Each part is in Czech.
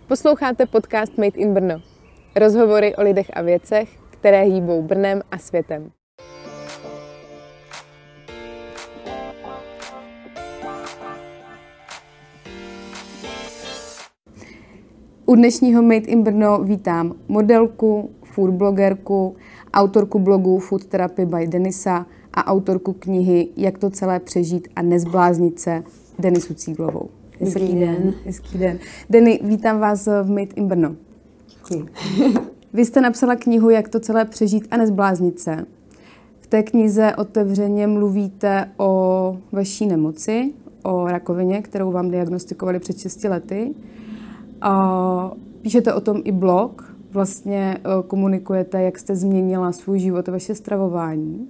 Posloucháte podcast Made in Brno. Rozhovory o lidech a věcech, které hýbou Brnem a světem. U dnešního Made in Brno vítám modelku, foodblogerku, autorku blogu Food Therapy by Denisa a autorku knihy Jak to celé přežít a nezbláznit se, Denisu Cíglovou. Dobrý den. Hezký den. Deni, vítám vás v Made in Brno. Děkuji. Vy jste napsala knihu Jak to celé přežít a nezbláznit se. V té knize otevřeně mluvíte o vaší nemoci, o rakovině, kterou vám diagnostikovali před 6 lety. Píšete o tom i blog, vlastně komunikujete, jak jste změnila svůj život a vaše stravování.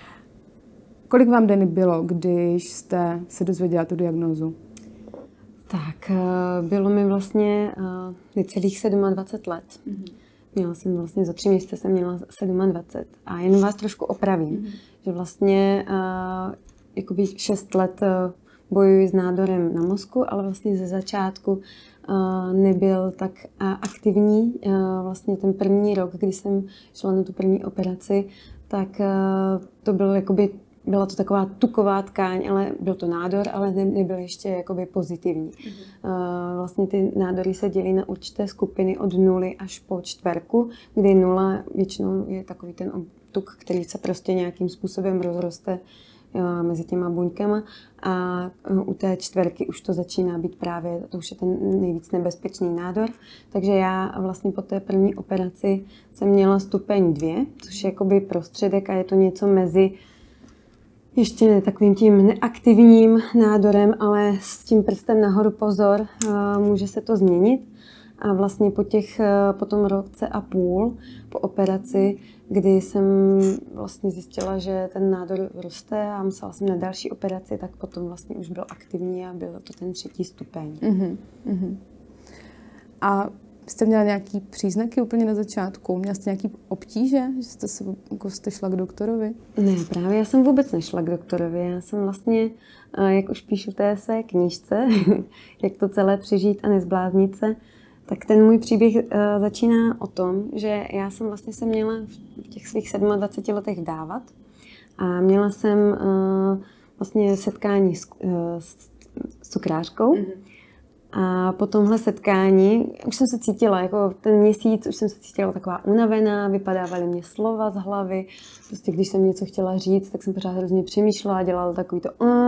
Kolik vám, Deni, bylo, když jste se dozvěděla tu diagnózu? Tak, bylo mi vlastně necelých 27 let. Měla jsem vlastně za 3 měsíce jsem měla 27. A jen vás trošku opravím, že vlastně jakoby 6 let bojuji s nádorem na mozku, ale vlastně ze začátku nebyl tak aktivní. Vlastně ten první rok, kdy jsem šla na tu první operaci, tak to byl jakoby byla to taková tuková tkáň, ale byl to nádor, ale nebyl ještě jakoby pozitivní. Vlastně ty nádory se dělí na určité skupiny od 0 až po 4, kdy 0 většinou je takový ten tuk, který se prostě nějakým způsobem rozroste mezi těma buňkama a u té 4 už to začíná být právě, to už je ten nejvíc nebezpečný nádor. Takže já vlastně po té první operaci jsem měla stupeň 2, což je jakoby prostředek a je to něco mezi ještě ne takovým tím neaktivním nádorem, ale s tím prstem nahoru pozor, může se to změnit. A vlastně po tom roce a půl po operaci, kdy jsem vlastně zjistila, že ten nádor roste a musela jsem na další operaci, tak potom vlastně už byl aktivní a byl to ten 3. stupeň. A jste měla nějaký příznaky úplně na začátku? Měla jste nějaký obtíže, že jste šla k doktorovi? Ne, právě já jsem vůbec nešla k doktorovi. Já jsem vlastně, jak už píšu v té své knížce, Jak to celé přežít a nezbláznit se, tak ten můj příběh začíná o tom, že já jsem vlastně se měla v těch svých 27 letech vdávat a měla jsem vlastně setkání s cukrářkou. A po tomhle setkání už jsem se cítila, jako ten měsíc už jsem se cítila taková unavená, vypadávaly mě slova z hlavy. Prostě když jsem něco chtěla říct, tak jsem pořád hrozně přemýšlela, dělala takový to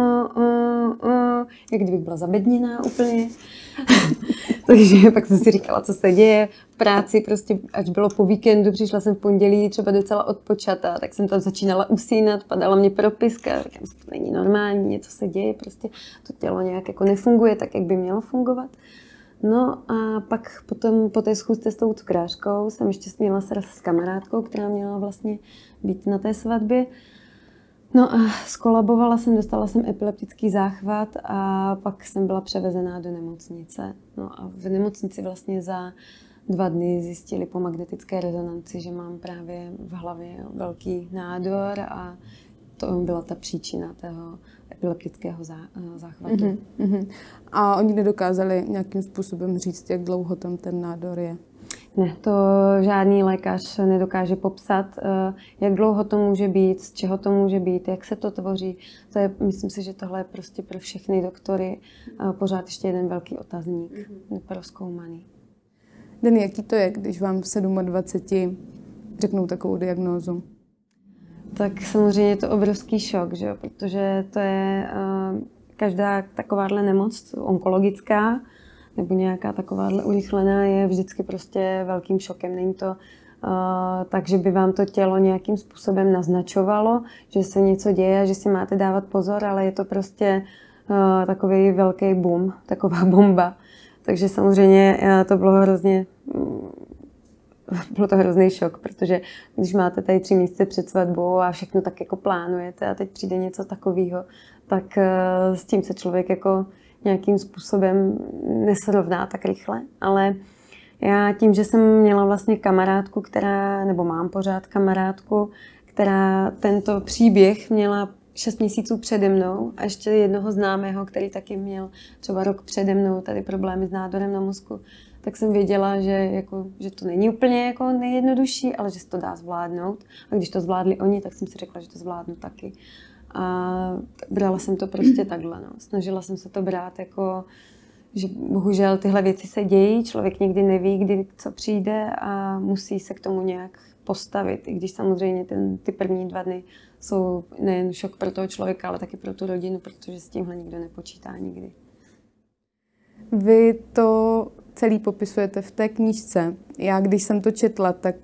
jak kdybych byla zabedněná úplně. Takže pak jsem si říkala, co se děje v práci, prostě až bylo po víkendu, přišla jsem v pondělí třeba docela odpočatá, tak jsem tam začínala usínat, padala mě propiska, říkám, to není normální, něco se děje, prostě to tělo nějak jako nefunguje tak, jak by mělo fungovat. No a pak potom po té schůzce s tou cukrářkou jsem ještě měla sraz s kamarádkou, která měla vlastně být na té svatbě. No a skolabovala jsem, dostala jsem epileptický záchvat a pak jsem byla převezená do nemocnice. No a v nemocnici vlastně za 2 dny zjistili po magnetické rezonanci, že mám právě v hlavě velký nádor a to byla ta příčina toho epileptického záchvatu. A oni nedokázali nějakým způsobem říct, jak dlouho tam ten nádor je? Ne, to žádný lékař nedokáže popsat, jak dlouho to může být, z čeho to může být, jak se to tvoří. To je, myslím si, že tohle je prostě pro všechny doktory pořád ještě jeden velký otazník, neprozkoumaný. Deni, jaký to je, když vám v 27 řeknou takovou diagnózu? Tak samozřejmě je to obrovský šok, že jo? Protože to je každá takováhle nemoc onkologická, nebo nějaká takováhle urychlená je vždycky prostě velkým šokem. Není to tak, že by vám to tělo nějakým způsobem naznačovalo, že se něco děje, že si máte dávat pozor, ale je to prostě takový velký boom, taková bomba. Takže samozřejmě to bylo hrozný šok, protože když máte tady 3 měsíce před svatbou a všechno tak jako plánujete a teď přijde něco takového, tak s tím se člověk jako nějakým způsobem nesrovná tak rychle, ale já tím, že jsem měla vlastně kamarádku, nebo mám pořád kamarádku, která tento příběh měla 6 měsíců přede mnou a ještě jednoho známého, který taky měl třeba rok přede mnou tady problémy s nádorem na mozku, tak jsem věděla, že to není úplně jako nejjednodušší, ale že se to dá zvládnout. A když to zvládli oni, tak jsem si řekla, že to zvládnu taky. A brala jsem to prostě takhle. No. Snažila jsem se to brát jako, že bohužel tyhle věci se dějí, člověk nikdy neví, kdy co přijde a musí se k tomu nějak postavit. I když samozřejmě ty první 2 dny jsou nejen šok pro toho člověka, ale taky pro tu rodinu, protože s tímhle nikdo nepočítá nikdy. Vy to celý popisujete v té knížce. Já, když jsem to četla, tak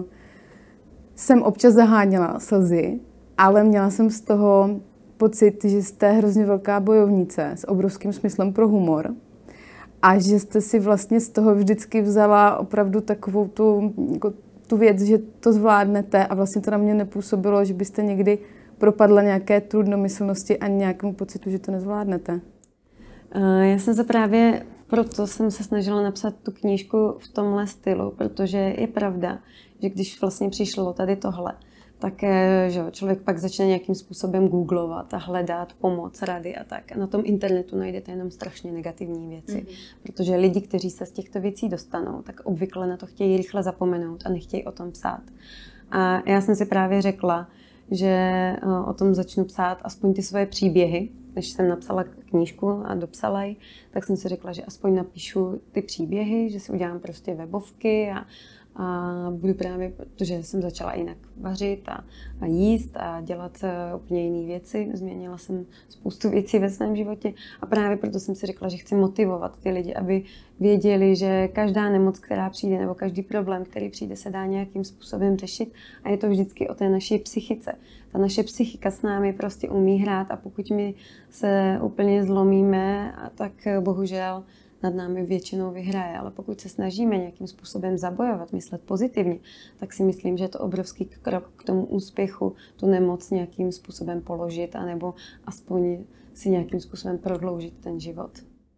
jsem občas zaháněla slzy, ale měla jsem z toho pocit, že jste hrozně velká bojovnice s obrovským smyslem pro humor a že jste si vlastně z toho vždycky vzala opravdu takovou tu věc, že to zvládnete a vlastně to na mě nepůsobilo, že byste někdy propadla nějaké trudnomyslnosti a nějakému pocitu, že to nezvládnete. Já jsem se proto jsem se snažila napsat tu knížku v tomhle stylu, protože je pravda, že když vlastně přišlo tady tohle, tak že člověk pak začne nějakým způsobem googlovat a hledat pomoc, rady a tak. A na tom internetu najdete jenom strašně negativní věci. Protože lidi, kteří se z těchto věcí dostanou, tak obvykle na to chtějí rychle zapomenout a nechtějí o tom psát. A já jsem si právě řekla, že o tom začnu psát aspoň ty svoje příběhy. Než jsem napsala knížku a dopsala ji, tak jsem si řekla, že aspoň napíšu ty příběhy, že si udělám prostě webovky a budu právě, protože jsem začala jinak vařit a jíst a dělat úplně jiné věci. Změnila jsem spoustu věcí ve svém životě a právě proto jsem si řekla, že chci motivovat ty lidi, aby věděli, že každá nemoc, která přijde, nebo každý problém, který přijde, se dá nějakým způsobem řešit a je to vždycky o té naší psychice. Ta naše psychika s námi prostě umí hrát a pokud my se úplně zlomíme, tak bohužel nad námi většinou vyhraje, ale pokud se snažíme nějakým způsobem zabojovat, myslet pozitivně, tak si myslím, že je to obrovský krok k tomu úspěchu, tu nemoc nějakým způsobem položit, anebo aspoň si nějakým způsobem prodloužit ten život.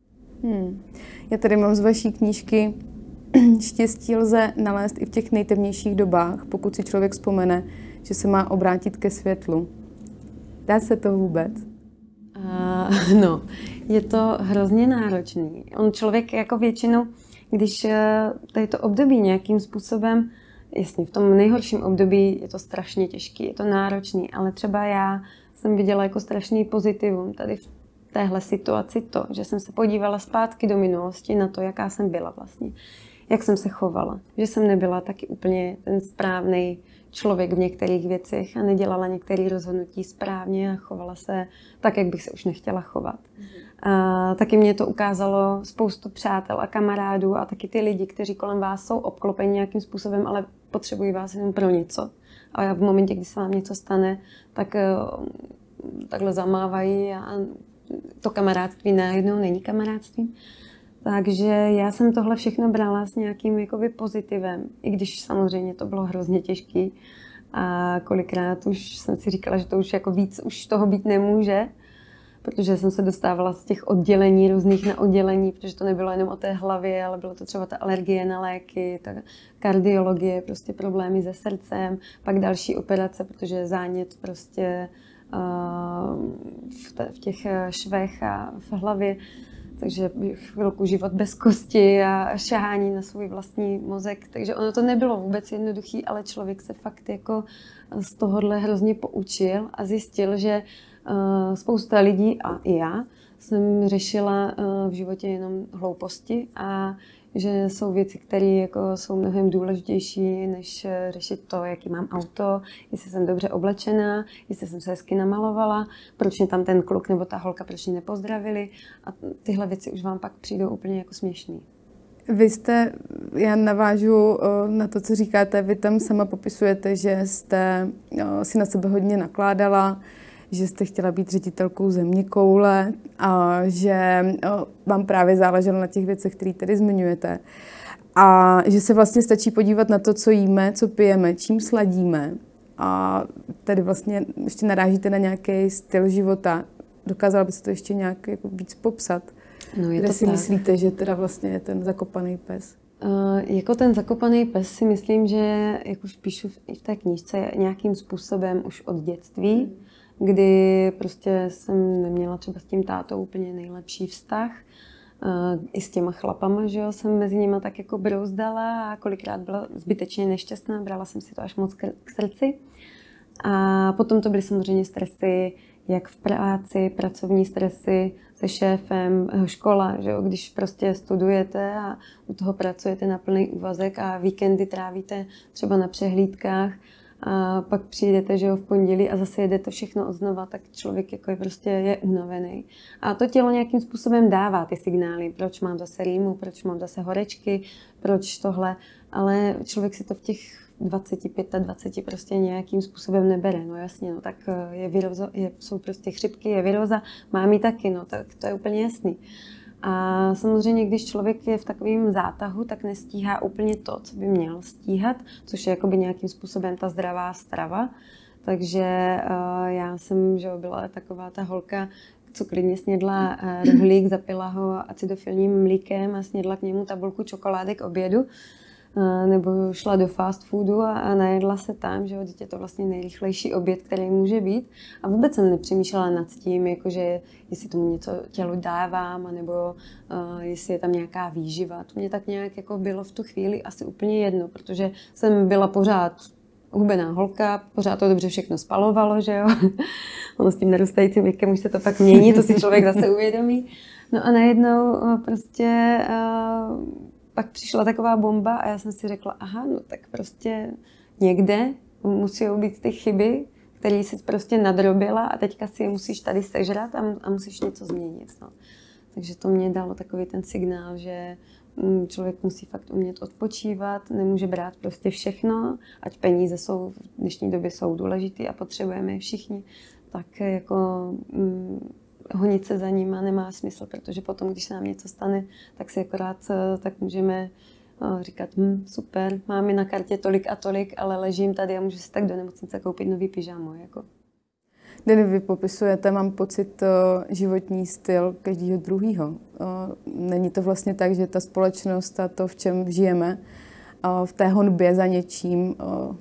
Já tady mám z vaší knížky štěstí lze nalézt i v těch nejtemnějších dobách, pokud si člověk vzpomene, že se má obrátit ke světlu. Dá se to vůbec? No, je to hrozně náročný. On člověk jako většinou, když tady to období nějakým způsobem, jasně, v tom nejhorším období je to strašně těžký, je to náročný, ale třeba já jsem viděla jako strašný pozitivum tady v téhle situaci to, že jsem se podívala zpátky do minulosti na to, jaká jsem byla vlastně, jak jsem se chovala, že jsem nebyla taky úplně ten správný člověk v některých věcech a nedělala některé rozhodnutí správně a chovala se tak, jak bych se už nechtěla chovat. A taky mě to ukázalo spoustu přátel a kamarádů a taky ty lidi, kteří kolem vás jsou obklopeni nějakým způsobem, ale potřebují vás jenom pro něco. A v momentě, kdy se vám něco stane, tak takhle zamávají a to kamarádství najednou není kamarádstvím. Takže já jsem tohle všechno brala s nějakým jakoby pozitivem, i když samozřejmě to bylo hrozně těžký a kolikrát už jsem si říkala, že to už jako víc už toho být nemůže, protože jsem se dostávala z těch oddělení různých na oddělení, protože to nebylo jenom o té hlavě, ale bylo to třeba ta alergie na léky, ta kardiologie, prostě problémy se srdcem, pak další operace, protože zánět prostě v těch švech a v hlavě. Takže chvilku život bez kosti a šahání na svůj vlastní mozek. Takže ono to nebylo vůbec jednoduchý, ale člověk se fakt jako z tohohle hrozně poučil a zjistil, že spousta lidí a i já jsem řešila v životě jenom hlouposti a že jsou věci, které jako jsou mnohem důležitější, než řešit to, jaký mám auto, jestli jsem dobře oblečená, jestli jsem se hezky namalovala, proč mě tam ten kluk nebo ta holka, proč mě nepozdravili. A tyhle věci už vám pak přijdou úplně jako směšný. Já navážu na to, co říkáte, vy tam sama popisujete, že jste si na sebe hodně nakládala, že jste chtěla být ředitelkou Zeměkoule a že vám právě záleželo na těch věcech, které tady zmiňujete. A že se vlastně stačí podívat na to, co jíme, co pijeme, čím sladíme. A tady vlastně ještě narážíte na nějaký styl života. Dokázala by se to ještě nějak jako víc popsat? No, kde si myslíte, že teda vlastně je ten zakopaný pes? Jako ten zakopaný pes si myslím, že, jak už píšu i v té knížce, nějakým způsobem už od dětství, kdy prostě jsem neměla třeba s tím tátou úplně nejlepší vztah I s těma chlapama, že jo, jsem mezi nima tak jako brouzdala a kolikrát byla zbytečně nešťastná, brala jsem si to až moc k srdci. A potom to byly samozřejmě stresy, jak v práci, pracovní stresy se šéfem, škola, že jo, když prostě studujete a u toho pracujete na plný úvazek a víkendy trávíte třeba na přehlídkách a pak přijdete, že jo, v pondělí a zase jedete všechno odznova, tak člověk jako je unavený. A to tělo nějakým způsobem dává ty signály, proč mám zase rýmu, proč mám zase horečky, proč tohle, ale člověk si to v těch 25 prostě nějakým způsobem nebere, no jasně, no tak jsou prostě chřipky, je viróza, mám ji taky, no tak to je úplně jasný. A samozřejmě, když člověk je v takovém zátahu, tak nestíhá úplně to, co by měl stíhat, což je jakoby nějakým způsobem ta zdravá strava. Takže já jsem, že byla taková ta holka, co klidně snědla rohlík, zapila ho acidofilním mlíkem a snědla k němu tabulku čokolády k obědu. Nebo šla do fast foodu a najedla se tam, že je to vlastně nejrychlejší oběd, který může být. A vůbec jsem nepřemýšlela nad tím, jakože jestli tomu něco tělu dávám, anebo jestli je tam nějaká výživa. To mě tak nějak jako bylo v tu chvíli asi úplně jedno, protože jsem byla pořád hubená holka, pořád to dobře všechno spalovalo, že jo. Ono s tím narůstajícím věkem už se to pak mění, to si člověk zase uvědomí. No a najednou prostě pak přišla taková bomba a já jsem si řekla, aha, no tak prostě někde musí být ty chyby, které jsi prostě nadrobila a teďka si je musíš tady sežrat a musíš něco změnit. No. Takže to mě dalo takový ten signál, že člověk musí fakt umět odpočívat, nemůže brát prostě všechno, ať peníze v dnešní době jsou důležitý a potřebujeme je všichni, tak jako honit se za nima nemá smysl, protože potom, když se nám něco stane, tak si akorát tak můžeme říkat, super, máme na kartě tolik a tolik, ale ležím tady a můžu si tak do nemocnice koupit nový pyžamo. Jako. Deny, vy popisujete, mám pocit, životní styl každého druhýho. Není to vlastně tak, že ta společnost a to, v čem žijeme, v té honbě za něčím,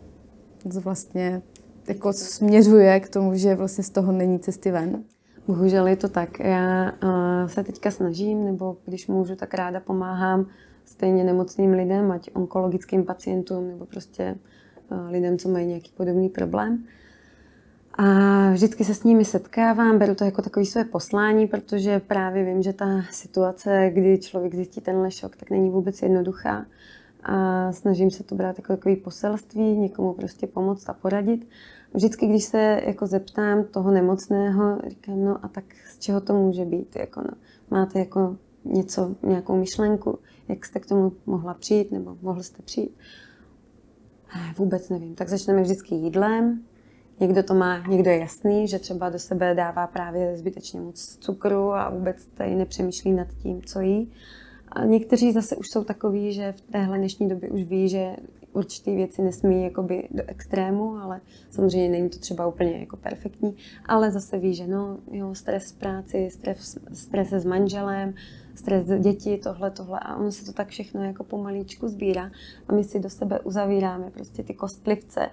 vlastně jako směřuje k tomu, že vlastně z toho není cesty ven? Bohužel je to tak. Já se teďka snažím, nebo když můžu, tak ráda pomáhám stejně nemocným lidem, ať onkologickým pacientům, nebo prostě lidem, co mají nějaký podobný problém. A vždycky se s nimi setkávám, beru to jako takové své poslání, protože právě vím, že ta situace, kdy člověk zjistí tenhle šok, tak není vůbec jednoduchá. A snažím se to brát jako takové poselství, někomu prostě pomoct a poradit. Vždycky, když se jako zeptám toho nemocného, říkám, no a tak z čeho to může být? Jako, no, máte jako nějakou myšlenku, jak jste k tomu mohla přijít, nebo mohl jste přijít? Vůbec nevím. Tak začneme vždycky jídlem. Někdo to má, někdo je jasný, že třeba do sebe dává právě zbytečně moc cukru a vůbec tady nepřemýšlí nad tím, co jí. A někteří zase už jsou takoví, že v téhle dnešní době už ví, že určité věci nesmí jakoby do extrému, ale samozřejmě není to třeba úplně jako perfektní, ale zase ví, že no, jo, stres v práci, stres s manželem, stres děti, tohle a ono se to tak všechno jako pomalíčku sbírá a my si do sebe uzavíráme prostě ty kostlivce,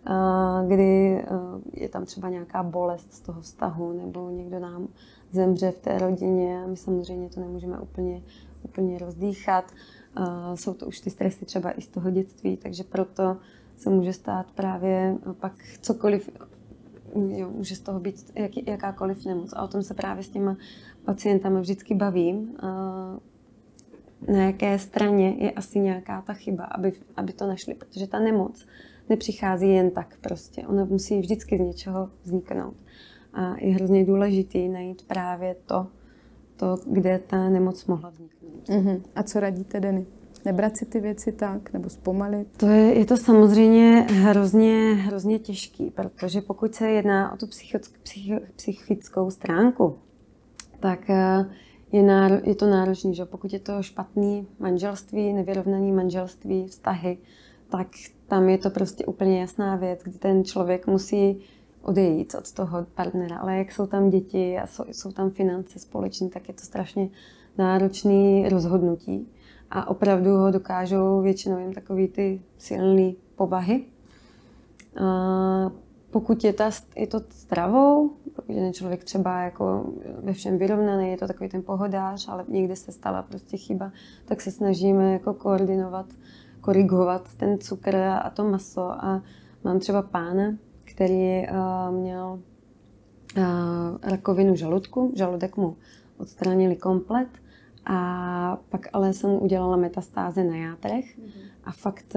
kdy je tam třeba nějaká bolest z toho vztahu nebo někdo nám zemře v té rodině a my samozřejmě to nemůžeme úplně rozdýchat. Jsou to už ty stresy třeba i z toho dětství, takže proto se může stát právě pak cokoliv, jo, může z toho být jakákoliv nemoc. A o tom se právě s těma pacientama vždycky bavím. Na jaké straně je asi nějaká ta chyba, aby to našli, protože ta nemoc nepřichází jen tak prostě. Ona musí vždycky z něčeho vzniknout. A je hrozně důležitý najít právě to, kde ta nemoc mohla vzniknout. A co radíte, Deny? Nebrat si ty věci tak, nebo zpomalit? Je to samozřejmě hrozně těžký, protože pokud se jedná o tu psychickou stránku, tak je to náročný, že pokud je to špatný manželství, nevyrovnaný manželství, vztahy, tak tam je to prostě úplně jasná věc, kdy ten člověk musí odejít od toho partnera, ale jak jsou tam děti a jsou tam finance společné, tak je to strašně náročné rozhodnutí a opravdu ho dokážou většinou jen takový ty silné povahy. Pokud je to stravou, Pokud je ten člověk třeba jako ve všem vyrovnaný, je to takový ten pohodář, ale někde se stala prostě chyba, tak se snažíme jako korigovat ten cukr a to maso. A mám třeba pána, který měl rakovinu žaludku, žaludek mu odstranili komplet a pak ale jsem mu udělala metastáze na játrech a fakt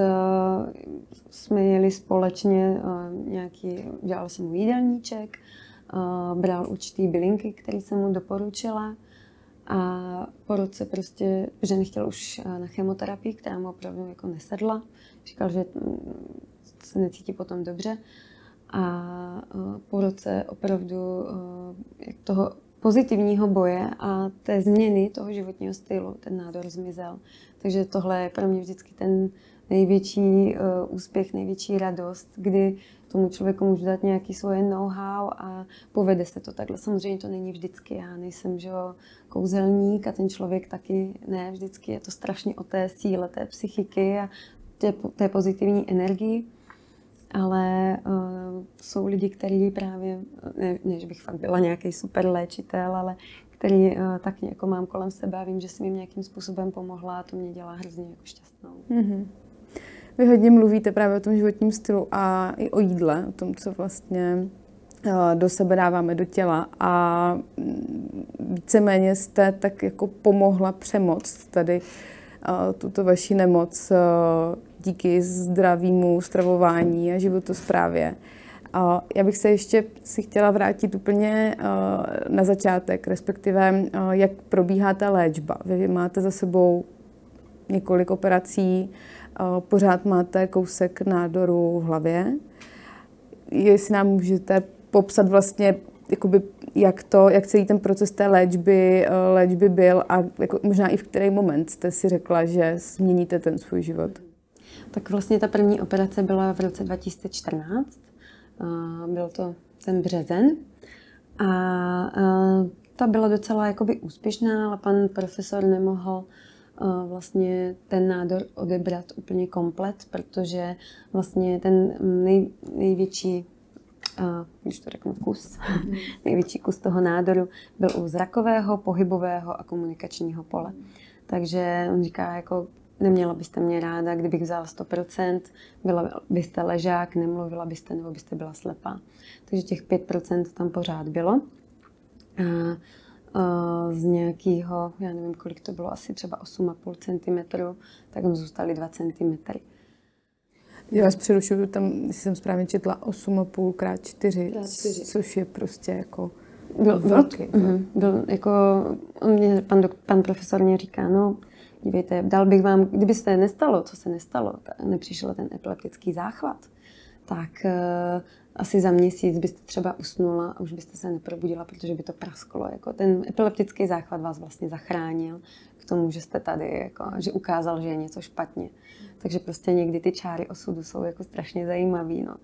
jsme jeli společně dělala jsem mu jídelníček, bral určitý bylinky, které jsem mu doporučila a po roce prostě, že nechtěl už na chemoterapii, která mu opravdu jako nesedla, říkal, že se necítí potom dobře. A po roce opravdu toho pozitivního boje a té změny toho životního stylu ten nádor zmizel. Takže tohle je pro mě vždycky ten největší úspěch, největší radost, kdy tomu člověku můžu dát nějaký svoje know-how a povede se to takhle. Samozřejmě to není vždycky, já nejsem kouzelník a ten člověk taky ne vždycky. Je to strašně o té síle, té psychiky a té pozitivní energii. Ale jsou lidi, kteří právě, ne, že bych fakt byla nějaký super léčitel, ale který tak jako mám kolem sebe a vím, že jsem jim nějakým způsobem pomohla a to mě dělá hrozně jako šťastnou. Mm-hmm. Vy hodně mluvíte právě o tom životním stylu a i o jídle, o tom, co vlastně do sebe dáváme do těla a víceméně jste tak jako pomohla přemoct tady tuto vaši nemoc díky zdravému stravování a životosprávě. Já bych se ještě chtěla vrátit úplně na začátek, respektive jak probíhá ta léčba. Vy máte za sebou několik operací, pořád máte kousek nádoru v hlavě. Jestli nám můžete popsat vlastně, jakoby, jak celý ten proces té léčby byl a jako možná i v který moment jste si řekla, že změníte ten svůj život? Tak vlastně ta první operace byla v roce 2014. Byl to ten březen. A ta byla docela jakoby úspěšná, ale pan profesor nemohl vlastně ten nádor odebrat úplně komplet, protože vlastně ten největší když to řeknu největší kus toho nádoru byl u zrakového, pohybového a komunikačního pole. Takže on říká, jako neměla byste mě ráda, kdybych vzala 100%, byla byste ležák, nemluvila byste nebo byste byla slepá. Takže těch 5% tam pořád bylo. Z nějakého, já nevím, kolik to bylo, asi třeba 8,5 cm, tak mu zůstaly 2 cm. Já vás přerušuju, tam, jestli jsem správně četla, 8,5 x 4, což je prostě jako velký. Byl jako, pan profesor mě říká, no, dívejte, dal bych vám, kdyby se nestalo, co se nestalo, nepřišel ten epileptický záchvat, tak asi za měsíc byste třeba usnula a už byste se neprobudila, protože by to prasklo. Jako ten epileptický záchvat vás vlastně zachránil k tomu, že jste tady, jako, že ukázal, že je něco špatně. Takže prostě někdy ty čáry osudu jsou jako strašně zajímavý. No.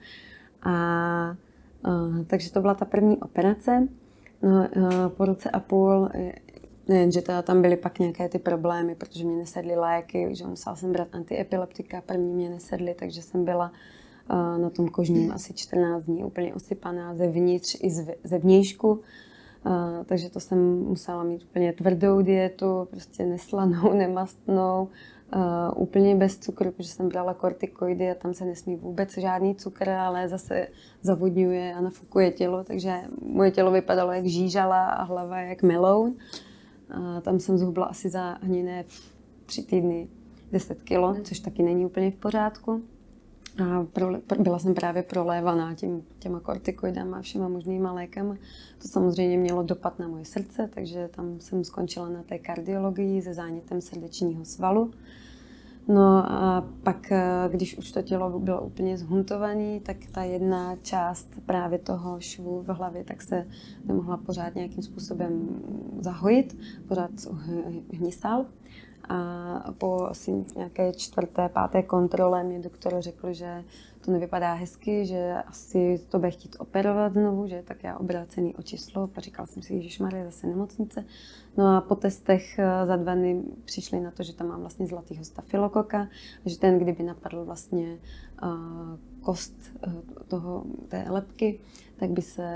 Takže to byla ta první operace. No, po roce a půl, nejenže tam byly pak nějaké ty problémy, protože mě nesedly léky, že musela jsem brát antiepileptika, první mě nesedly, takže jsem byla na tom kožním asi 14 dní úplně osypaná zevnitř i zevnějšku. Takže to jsem musela mít úplně tvrdou dietu, prostě neslanou, nemastnou, úplně bez cukru, protože jsem brala kortikoidy a tam se nesmí vůbec žádný cukr, ale zase zavodňuje a nafukuje tělo, takže moje tělo vypadalo jak žížala a hlava jak meloun. Tam jsem zhubla asi za ani ne 3 týdny 10 kilo, což taky není úplně v pořádku. A byla jsem právě prolévaná těma kortikoidama a všema možnýma lékama. To samozřejmě mělo dopad na moje srdce, takže tam jsem skončila na té kardiologii se zánětem srdečního svalu. No a pak, když už to tělo bylo úplně zhuntované, tak ta jedna část právě toho švu v hlavě tak se nemohla pořád nějakým způsobem zahojit, pořád hnisal. A po asi nějaké 4., 5. kontrole mě doktor řekl, že to nevypadá hezky, že asi to bude chtít operovat znovu, že tak já obrácený oči sloup a říkala jsem si, ježišmarja, zase nemocnice. No a po testech za 2 dny přišli na to, že tam mám vlastně zlatýho stafylokoka, že ten, kdyby napadl vlastně kost té lebky, tak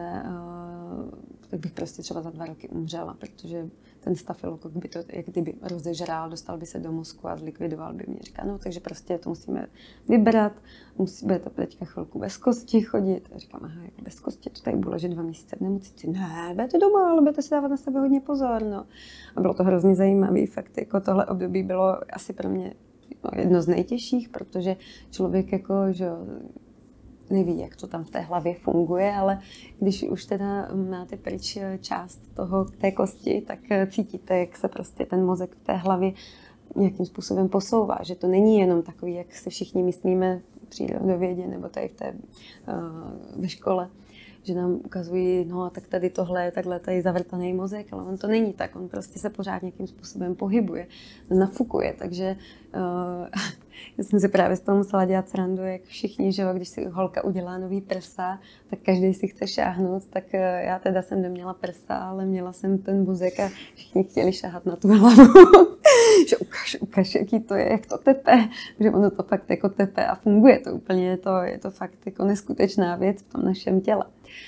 bych prostě třeba za 2 roky umřela, protože ten stafylokok by to jak kdyby rozežrál, dostal by se do mozku a zlikvidoval by mě. Říká, no takže prostě to musíme vybrat, budete teďka chvilku bez kosti chodit. A říkám, aha, jako bez kosti, to tady bude ležet 2 měsíce v nemocnici. Ne, budete doma, ale budete si dávat na sebe hodně pozor, no. A bylo to hrozně zajímavý, fakt, jako tohle období bylo asi pro mě jedno z nejtěžších, protože člověk jako, že neví, jak to tam v té hlavě funguje, ale když už teda máte pryč část té kosti, tak cítíte, jak se prostě ten mozek v té hlavě nějakým způsobem posouvá, že to není jenom takový, jak si všichni myslíme v přírodovědě nebo tady ve škole, že nám ukazují, no a tak tady tohle je takhle tady zavrtaný mozek, ale on to není tak, on prostě se pořád nějakým způsobem pohybuje, nafukuje, takže já jsem si právě z toho musela dělat srandu, jak všichni, že když si holka udělá nový prsa, tak každý si chce šáhnout, tak já teda jsem neměla prsa, ale měla jsem ten mozek a všichni chtěli šáhat na tu hlavu, že ukaž, jaký to je, jak to tepe, že ono to fakt jako tepe a funguje to úplně, je to fakt jako neskutečná věc v tom našem těle.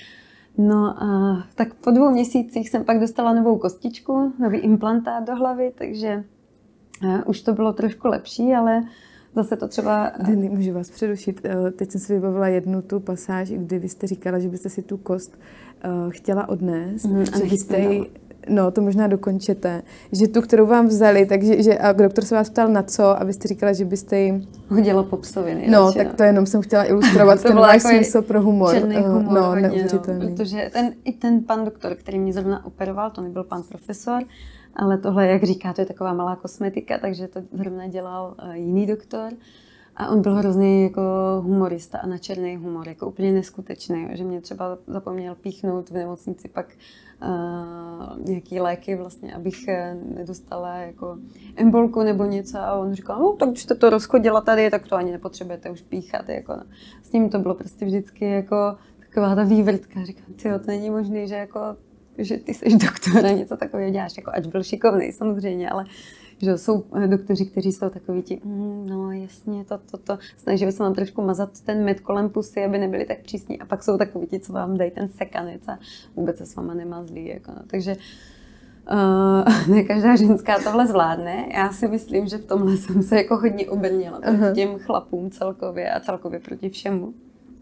No a tak po 2 měsících jsem pak dostala novou kostičku, nový implantát do hlavy, takže už to bylo trošku lepší, ale zase to třeba... Denny, můžu vás přerušit. Teď jsem si vybavila jednu tu pasáž, kdy vy jste říkala, že byste si tu kost chtěla odnést. Že byste ji, no, to možná dokončete. Že tu, kterou vám vzali, takže a doktor se vás ptal na co a vy jste říkala, že byste ji... hodila po psovi. No, tak to jenom jsem chtěla ilustrovat ten váš smysl pro humor. Černý humor, no, hodně, neuvěřitelný. Protože ten pan doktor, který mě zrovna operoval, to nebyl pan profesor, ale tohle, jak říká, to je taková malá kosmetika, takže to zrovna dělal jiný doktor. A on byl hrozný jako humorista a na černý humor, jako úplně neskutečný, že mě třeba zapomněl píchnout v nemocnici pak nějaký léky vlastně, abych nedostala jako embolku nebo něco a on říkal, no tak když jste to rozchodila tady, tak to ani nepotřebujete už píchat, jako no. S ním to bylo prostě vždycky jako taková ta vývrtka, říkám, tyjo, to není možný, že jako že ty jsi doktor a něco takového děláš, jako ať byl šikovnej samozřejmě, ale že jsou doktoři, kteří jsou takoví ti, no jasně, to. Snaží se vám trošku mazat ten med kolem pusy, aby nebyli tak přísní a pak jsou takoví ti, co vám dají ten sekanec a vůbec se s váma nemazlí. Jako no. Takže ne každá ženská tohle zvládne. Já si myslím, že v tomhle jsem se jako hodně obrnila proti těm chlapům celkově a celkově proti všemu.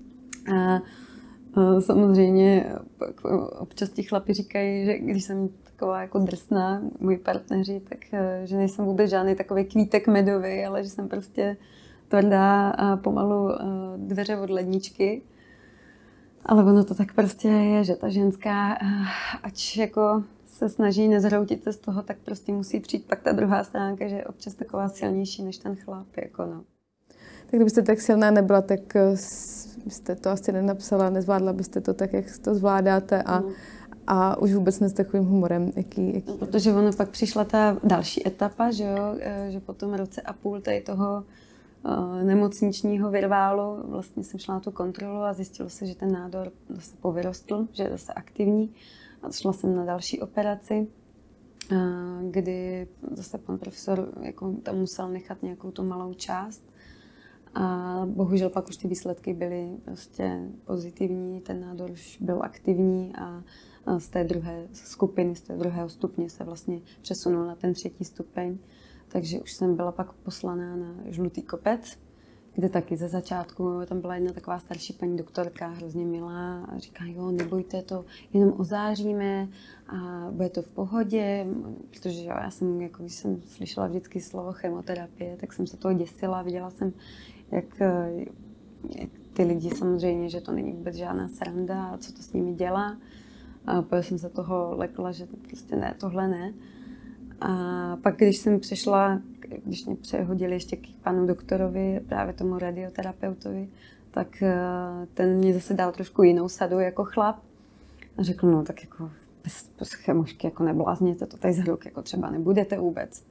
Samozřejmě občas ti chlapi říkají, že když jsem taková jako drsná, moji partneři, tak že nejsem vůbec žádný takový kvítek medový, ale že jsem prostě tvrdá a pomalu dveře od ledničky. Ale ono to tak prostě je, že ta ženská, ač jako se snaží nezhroutit se z toho, tak prostě musí přijít pak ta druhá stránka, že je občas taková silnější než ten chlap. Jako no. Tak kdybyste tak silná nebyla, tak byste to asi nenapsala, nezvládla byste to tak, jak to zvládáte a už vůbec ne s takovým humorem. Jaký... Protože ono pak přišla ta další etapa, že jo, že po tom roce a půl tady toho nemocničního virválu vlastně jsem šla na tu kontrolu a zjistilo se, že ten nádor zase povyrostl, že je zase aktivní a šla jsem na další operaci, kdy zase pan profesor jako tam musel nechat nějakou tu malou část. A bohužel pak už ty výsledky byly prostě pozitivní, ten nádor už byl aktivní a z té druhé skupiny, z té druhého stupně se vlastně přesunul na ten 3. stupeň. Takže už jsem byla pak poslaná na Žlutý kopec, kde taky ze začátku tam byla jedna taková starší paní doktorka, hrozně milá a říká, jo, nebojte, to jenom ozáříme a bude to v pohodě, protože jo, já jsem, jako když jsem slyšela vždycky slovo chemoterapie, tak jsem se toho děsila, viděla jsem, jak ty lidi samozřejmě, že to není vůbec žádná sranda a co to s nimi dělá. A protože jsem se toho lekla, že prostě ne, tohle ne. A pak, když jsem přešla, když mě přehodili ještě k panu doktorovi, právě tomu radioterapeutovi, tak ten mě zase dal trošku jinou sadu jako chlap. A řekl, no tak jako bez chemošky jako neblázněte, to tady z hluk jako třeba nebudete vůbec.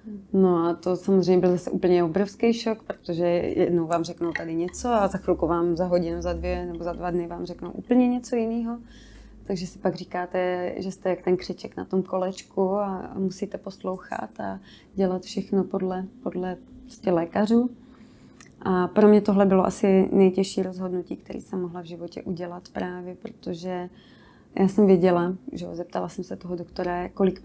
No a to samozřejmě byl zase úplně obrovský šok, protože jednou vám řeknou tady něco a za chvilku vám za hodinu, za 2 nebo za 2 dny vám řeknou úplně něco jiného. Takže si pak říkáte, že jste jak ten křeček na tom kolečku a musíte poslouchat a dělat všechno podle prostě lékařů. A pro mě tohle bylo asi nejtěžší rozhodnutí, které jsem mohla v životě udělat právě, protože já jsem věděla, že zeptala jsem se toho doktora, na kolik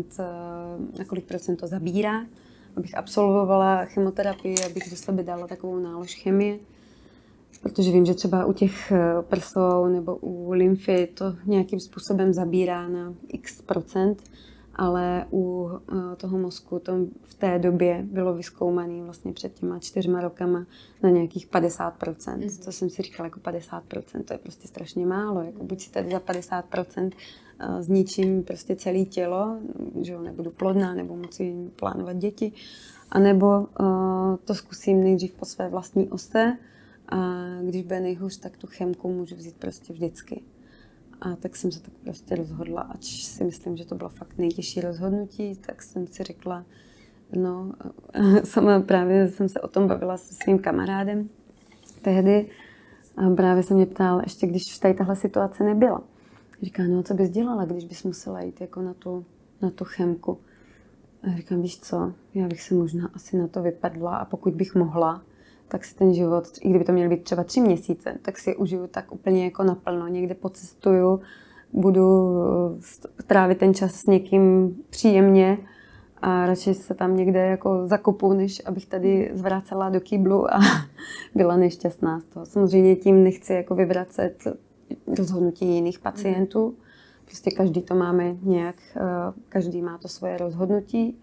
procent to zabírá, abych absolvovala chemoterapii, abych do sebe dala takovou nálož chemie. Protože vím, že třeba u těch prsou nebo u lymfy to nějakým způsobem zabírá na x procent, ale u toho mozku to v té době bylo vyzkoumané vlastně před těma 4 rokama na nějakých 50%. To jsem si říkala, jako 50%, to je prostě strašně málo. Jako buď si tady za 50% zničím prostě celé tělo, že jo, nebudu plodná, nebo musím plánovat děti, anebo to zkusím nejdřív po své vlastní ose, a když bude nejhůř, tak tu chemku můžu vzít prostě vždycky. A tak jsem se tak prostě rozhodla, ač si myslím, že to bylo fakt nejtěžší rozhodnutí, tak jsem si řekla, no, sama právě jsem se o tom bavila se svým kamarádem tehdy a právě se mě ptal, ještě když tady tahle situace nebyla. Říká, no, co bys dělala, když bys musela jít jako na tu chemku? A říkám, víš co, já bych se možná asi na to vypadla a pokud bych mohla, tak si ten život, i kdyby to měly být třeba 3 měsíce, tak si je užiju tak úplně jako naplno. Někde pocestuju, budu trávit ten čas s někým příjemně a radši se tam někde jako zakopu, než abych tady zvracela do kýblu a byla nešťastná z toho. Samozřejmě tím nechci jako vyvracet rozhodnutí jiných pacientů. Prostě každý to máme nějak, každý má to svoje rozhodnutí.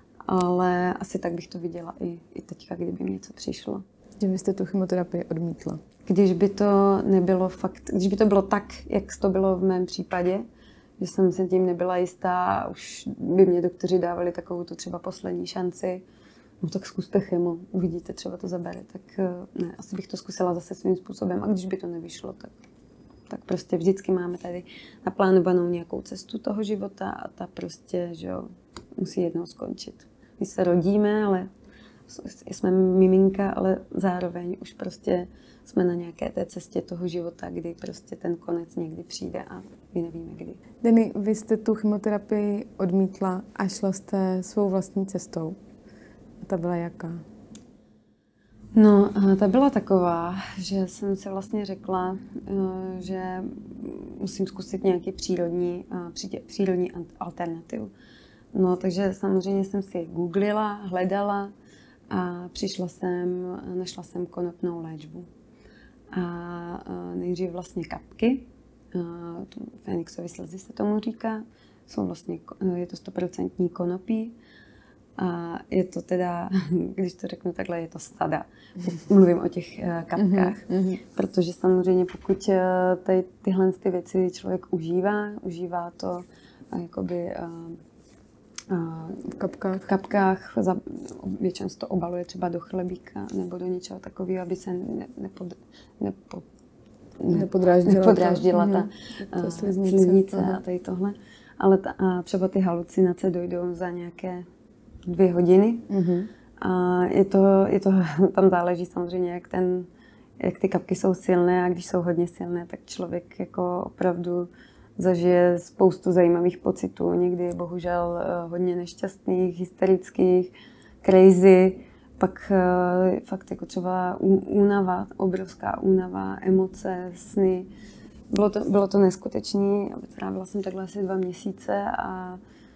Ale asi tak bych to viděla i teďka, kdyby mi něco přišlo. Že byste tu chemoterapii odmítla? Když by to nebylo fakt, když by to bylo tak, jak to bylo v mém případě, že jsem se tím nebyla jistá a už by mě doktoři dávali takovou tu třeba poslední šanci, no tak zkuste chemo, uvidíte, třeba to zabere, tak ne, asi bych to zkusila zase svým způsobem a když by to nevyšlo, tak prostě vždycky máme tady naplánovanou nějakou cestu toho života a ta prostě, že jo, musí jednou skončit. My se rodíme, ale jsme miminka, ale zároveň už prostě jsme na nějaké té cestě toho života, kdy prostě ten konec někdy přijde a my nevíme kdy. Deny, vy jste tu chemoterapii odmítla a šla jste svou vlastní cestou. A ta byla jaká? No, ta byla taková, že jsem si vlastně řekla, že musím zkusit nějaký přírodní alternativu. No, takže samozřejmě jsem si googlila, hledala a našla jsem konopnou léčbu. A nejdřív vlastně kapky, Fénixovy slzy se tomu říká, je to 100% konopí. A je to teda, když to řeknu takhle, je to sada. Mluvím o těch kapkách. Protože samozřejmě pokud tyhle věci člověk užívá to jakoby v kapkách, většinou se to obaluje třeba do chlebíka nebo do něčeho takového, aby se nepodráždila ta sliznice a tady tohle. Ale třeba ty halucinace dojdou za nějaké 2 hodiny. A je to tam záleží samozřejmě, jak ty kapky jsou silné a když jsou hodně silné, tak člověk jako opravdu zažije spoustu zajímavých pocitů. Někdy je bohužel hodně nešťastných, hysterických, crazy, pak fakt jako třeba únava, obrovská únava, emoce, sny. Bylo to neskutečné. Trávila jsem takhle asi 2 měsíce a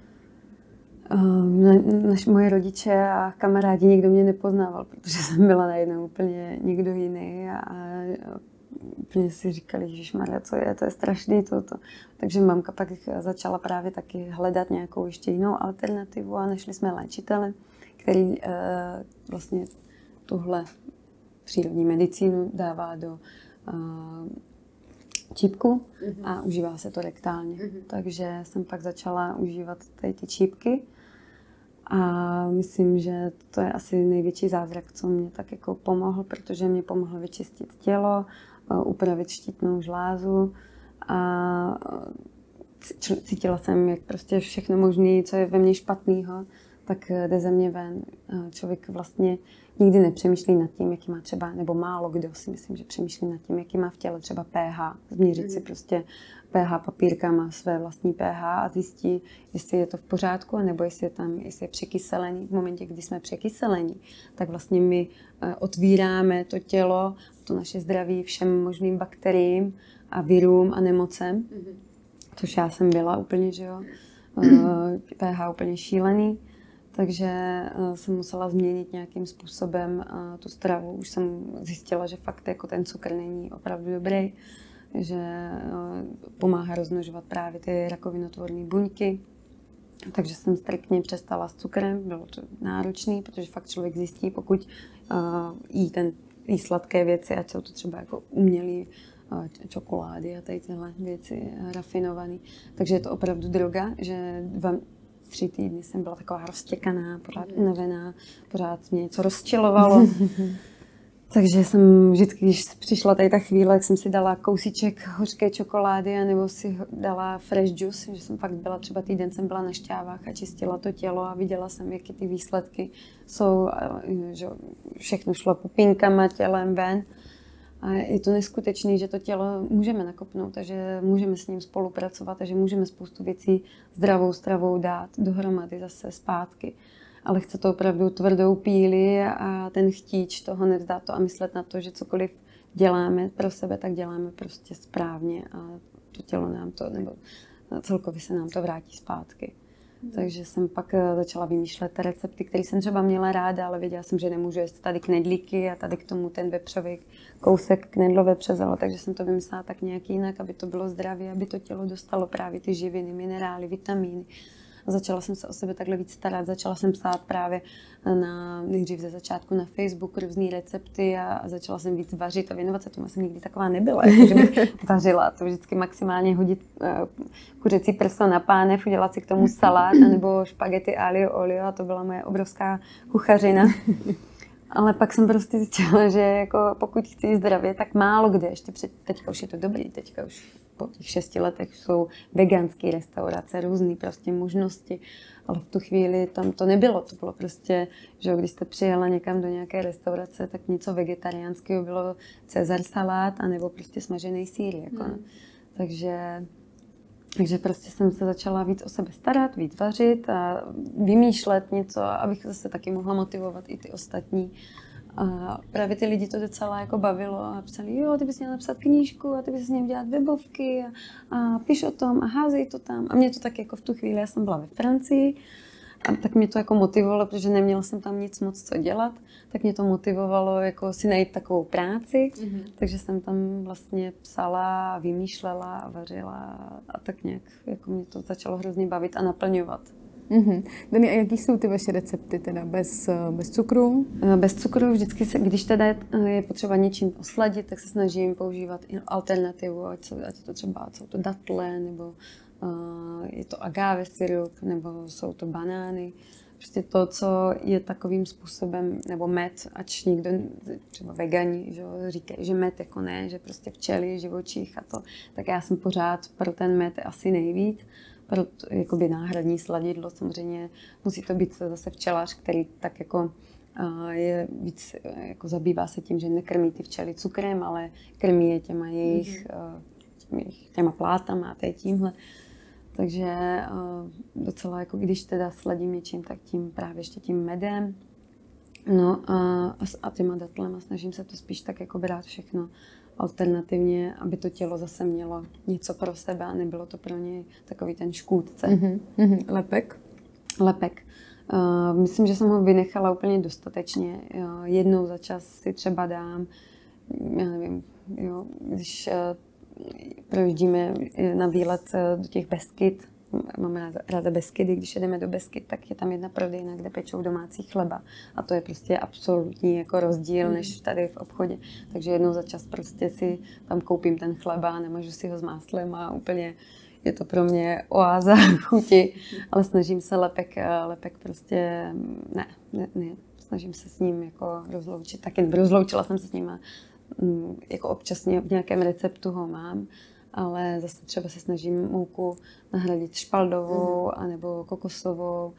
moje rodiče a kamarádi nikdo mě nepoznával, protože jsem byla najednou úplně někdo jiný a úplně si říkali, ježišmarja, co je, to je strašný toto. Takže mamka pak začala právě taky hledat nějakou ještě jinou alternativu a našli jsme léčitele, který vlastně tuhle přírodní medicínu dává do čípku a užívá se to rektálně. Takže jsem pak začala užívat tady ty čípky a myslím, že to je asi největší zázrak, co mě tak jako pomohl, protože mě pomohlo vyčistit tělo, upravit štítnou žlázu a cítila jsem, jak prostě všechno možné, co je ve mně špatného, tak jde ze mě ven. Člověk vlastně nikdy nepřemýšlí nad tím, jaký má třeba, nebo málo kdo si myslím, že přemýšlí nad tím, jaký má v těle třeba pH. Změřit si prostě pH papírkama své vlastní pH a zjistí, jestli je to v pořádku, nebo jestli je překyselený. V momentě, kdy jsme překyselení, tak vlastně my otvíráme to tělo, to naše zdraví všem možným bakteriím a virům a nemocem. Což já jsem byla úplně, že jo. pH úplně šílený. Takže jsem musela změnit nějakým způsobem tu stravu. Už jsem zjistila, že fakt jako ten cukr není opravdu dobrý, že pomáhá rozmnožovat právě ty rakovinotvorné buňky. Takže jsem striktně přestala s cukrem. Bylo to náročné, protože fakt člověk zjistí, pokud jí sladké věci, ať jsou to třeba jako umělý čokolády a tady tyhle věci rafinované. Takže je to opravdu droga, že 3 týdny jsem byla taková roztěkaná, pořád unavená, pořád mě něco rozčilovalo. Takže jsem vždycky, když přišla tady ta chvíle, jak jsem si dala kousíček hořké čokolády anebo si dala fresh juice, že jsem fakt byla, třeba týden jsem byla na šťávách a čistila to tělo a viděla jsem, jaké ty výsledky jsou, že všechno šlo pupínkama tělem ven. A je to neskutečné, že to tělo můžeme nakopnout a že můžeme s ním spolupracovat a že můžeme spoustu věcí zdravou stravou dát dohromady zase zpátky. Ale chce to opravdu tvrdou píli a ten chtíč toho nevzdát to a myslet na to, že cokoliv děláme pro sebe, tak děláme prostě správně a to tělo nám to, nebo celkově se nám to vrátí zpátky. Takže jsem pak začala vymýšlet recepty, které jsem třeba měla ráda, ale věděla jsem, že nemůžu jíst tady knedlíky a tady k tomu ten vepřový kousek knedlové přezalo, takže jsem to vymyslela tak nějak jinak, aby to bylo zdravé, aby to tělo dostalo právě ty živiny, minerály, vitamíny. A začala jsem se o sebe takhle víc starat, začala jsem psát právě nejdřív ze začátku na Facebook různé recepty a začala jsem víc vařit a věnovat se tomu. Já jsem nikdy taková nebyla, jako, že bych vařila. To vždycky maximálně hodit kuřecí prso na pánev, udělat si k tomu salát nebo špagety aglio olio a to byla moje obrovská kuchařina. Ale pak jsem prostě zjistila, že jako pokud chci jít zdravě, tak málo kde, ještě teďka už je to dobrý, teďka už po těch 6 letech jsou veganské restaurace, různé prostě možnosti, ale v tu chvíli tam to nebylo, to bylo prostě, že když jste přijela někam do nějaké restaurace, tak něco vegetariánského bylo Cezar salát, anebo prostě smažený sýr, jako. Takže prostě jsem se začala víc o sebe starat, víc vařit a vymýšlet něco, abych zase taky mohla motivovat i ty ostatní. A právě ty lidi to docela jako bavilo a psali, jo, ty bys měla napsat knížku a ty bys měla dělat webovky a píš o tom a házej to tam. A mě to tak jako v tu chvíli, já jsem byla ve Francii, a tak mě to jako motivovalo, protože neměla jsem tam nic moc co dělat, tak mě to motivovalo jako si najít takovou práci, takže jsem tam vlastně psala, vymýšlela a vařila a tak nějak jako mě to začalo hrozně bavit a naplňovat. Dani, a jaký jsou ty vaše recepty teda bez cukru? Bez cukru vždycky když teda je potřeba něčím osladit, tak se snažím používat alternativu, ať je to třeba jsou to datle, nebo je to agave syrup, nebo jsou to banány. Prostě to, co je takovým způsobem, nebo med, ač někdo, třeba vegani, že říkají, že med jako ne, že prostě včely, živočich a to, tak já jsem pořád pro ten med asi nejvíc. Pro jakoby náhradní sladidlo samozřejmě musí to být zase včelař, který tak jako je víc, jako zabývá se tím, že nekrmí ty včely cukrem, ale krmí je těma jejich těma plátama a tímhle. Takže docela, jako když teda sladím něčím, tak tím právě ještě tím medem. No a těma datlema snažím se to spíš tak jako brát všechno alternativně, aby to tělo zase mělo něco pro sebe a nebylo to pro něj takový ten škůdce. Lepek? Lepek. Myslím, že jsem ho vynechala úplně dostatečně. Jednou za čas si třeba dám, já nevím, jo, když projíždíme na výlet do těch Beskyd. Mám ráda Beskydy, když jedeme do Beskyd, tak je tam jedna prodejna, kde pečou domácí chleba. A to je prostě absolutní jako rozdíl, než tady v obchodě. Takže jednou za čas prostě si tam koupím ten chleba, nemažu si ho s máslem a úplně je to pro mě oáza chuti. Ale snažím se lepek prostě, ne, snažím se s ním jako rozloučit. Taky rozloučila jsem se s ním jako občas v nějakém receptu ho mám, ale zase třeba se snažím mouku nahradit špaldovou anebo kokosovou.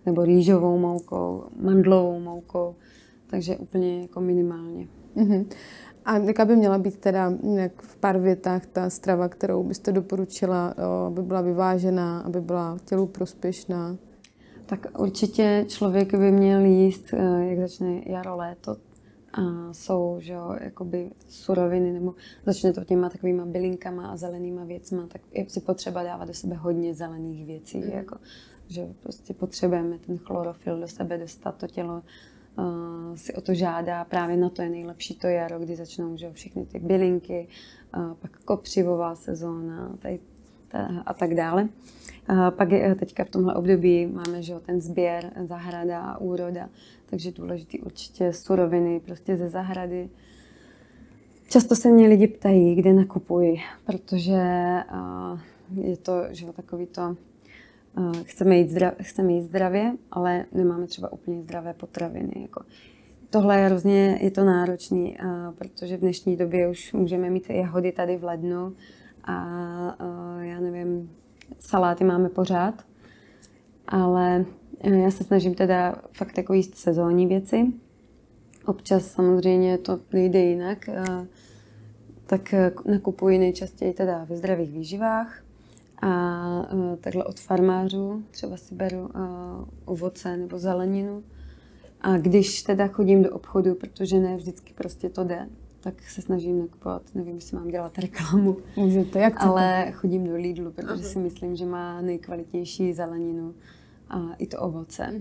nebo rýžovou moukou, mandlovou moukou, takže úplně jako minimálně. A jaká by měla být teda jak v pár větách ta strava, kterou byste doporučila, aby byla vyvážená, aby byla tělu prospěšná? Tak určitě člověk by měl jíst, jak začne jaro, léto, a jsou, že jo, jakoby suroviny, nebo začne to těma takovýma bylinkama a zelenýma věcma, tak je si potřeba dávat do sebe hodně zelených věcí, jako, že prostě potřebujeme ten chlorofyl do sebe dostat, to tělo si o to žádá, právě na to je nejlepší to jaro, kdy začnou, že jo, všechny ty bylinky, pak kopřivová sezóna a tak dále. Pak je teďka v tomhle období máme, že jo, ten sběr, zahrada a úroda, takže důležitý určitě suroviny prostě ze zahrady. Často se mě lidi ptají, kde nakupuji, protože je to, že jo, takový to, chceme jít zdravě, ale nemáme třeba úplně zdravé potraviny. Jako. Tohle je hrozně náročný, protože v dnešní době už můžeme mít jahody tady v lednu a já nevím, saláty máme pořád, ale já se snažím teda fakt jako jíst sezónní věci. Občas samozřejmě to nejde jinak, tak nakupuji nejčastěji teda ve zdravých výživách a takhle od farmářů, třeba si beru ovoce nebo zeleninu. A když teda chodím do obchodu, protože ne vždycky prostě to jde, tak se snažím nakupovat, nevím, jestli mám dělat reklamu. Můžete, jak chcete. Ale chodím do Lidlu, protože si myslím, že má nejkvalitnější zeleninu a i to ovoce.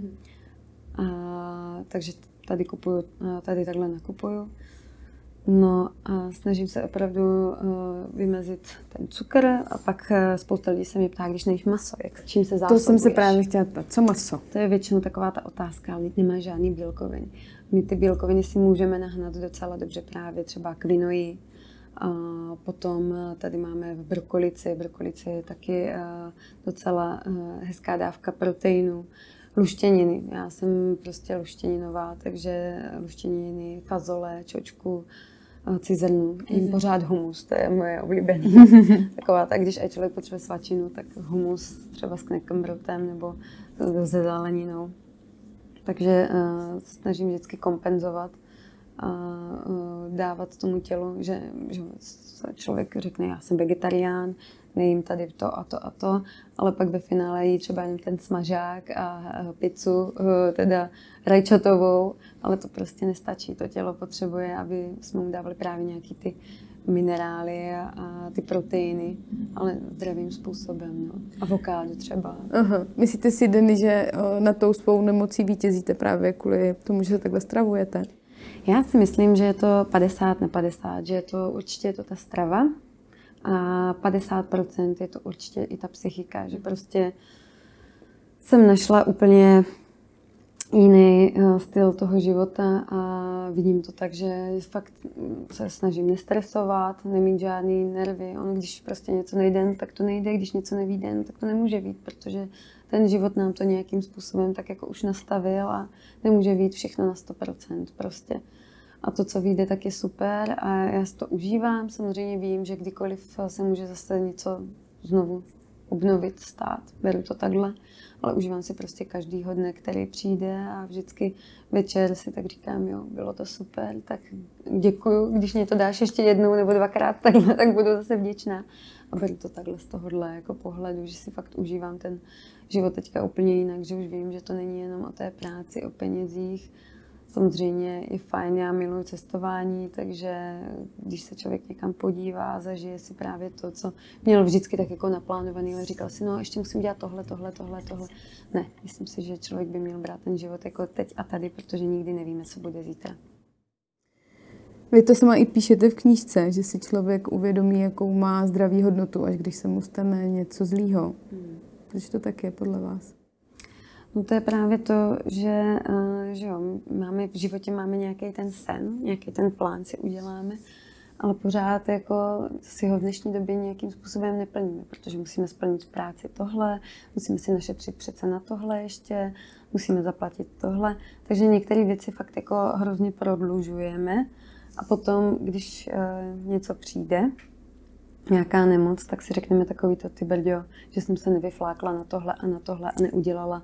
Takže tady takhle nakupuju. No a snažím se opravdu vymezit ten cukr a pak spousta lidí se mě ptá, když nejíš maso, jak, čím se zásobuješ? To jsem se právě chtěla ptát, co maso? To je většinou taková ta otázka, ale nemá žádný bílkoviny. My ty bílkoviny si můžeme nahnat docela dobře právě třeba kvinoji. A potom tady máme v brokolici. Brokolici je taky docela hezká dávka proteinu. Luštěniny. Já jsem prostě luštěninová, takže luštěniny, fazole, čočku, cizrnu. Jím pořád humus, to je moje oblíbené. Taková, tak když člověk potřebuje svačinu, tak humus třeba s knekembrutem nebo se zeleninou. Takže se snažím vždycky kompenzovat a dávat tomu tělu, že člověk řekne, já jsem vegetarián, nejím tady to a to a to, ale pak ve finále jí třeba jen ten smažák a pizzu, teda rajčatovou, ale to prostě nestačí. To tělo potřebuje, aby jsme mu dávali právě nějaký ty minerály a ty proteiny, ale zdravým způsobem. No. Avokádo třeba. Aha. Myslíte si, Denny, že na tou svou nemocí vítězíte právě kvůli tomu, že se takhle stravujete? Já si myslím, že je to 50/50, že je to určitě ta strava a 50% je to určitě i ta psychika, že prostě jsem našla úplně jiný styl toho života a vidím to tak, že fakt se snažím nestresovat, nemít žádný nervy. Ono, když prostě něco nejde, tak to nejde, když něco nevíde, tak to nemůže být, protože ten život nám to nějakým způsobem tak jako už nastavil a nemůže být všechno na 100% prostě. A to, co vyjde, tak je super a já si to užívám. Samozřejmě vím, že kdykoliv se může zase něco znovu obnovit, stát. Beru to takhle, ale užívám si prostě každýho dne, který přijde a vždycky večer si tak říkám, jo, bylo to super, tak děkuju. Když mě to dáš ještě jednou nebo dvakrát takhle, tak budu zase vděčná. A beru to takhle z tohohle jako pohledu, že si fakt užívám ten život teďka úplně jinak, že už vím, že to není jenom o té práci, o penězích. Samozřejmě je fajn, já miluji cestování, takže když se člověk někam podívá, zažije si právě to, co měl vždycky tak jako naplánovaný, ale říkal si, no ještě musím dělat tohle. Ne, myslím si, že člověk by měl brát ten život jako teď a tady, protože nikdy nevíme, co bude zítra. Vy to sama i píšete v knížce, že si člověk uvědomí, jakou má zdraví hodnotu, až když se mu stane něco zlýho. Proč to tak je podle vás? No to je právě to, že jo, v životě máme nějaký ten sen, nějaký ten plán si uděláme, ale pořád jako si ho v dnešní době nějakým způsobem neplníme, protože musíme splnit v práci tohle, musíme si našetřit přece na tohle ještě, musíme zaplatit tohle, takže některé věci fakt jako hrozně prodlužujeme a potom, když něco přijde, nějaká nemoc, tak si řekneme takový to, ty brďo, že jsem se nevyflákla na tohle a neudělala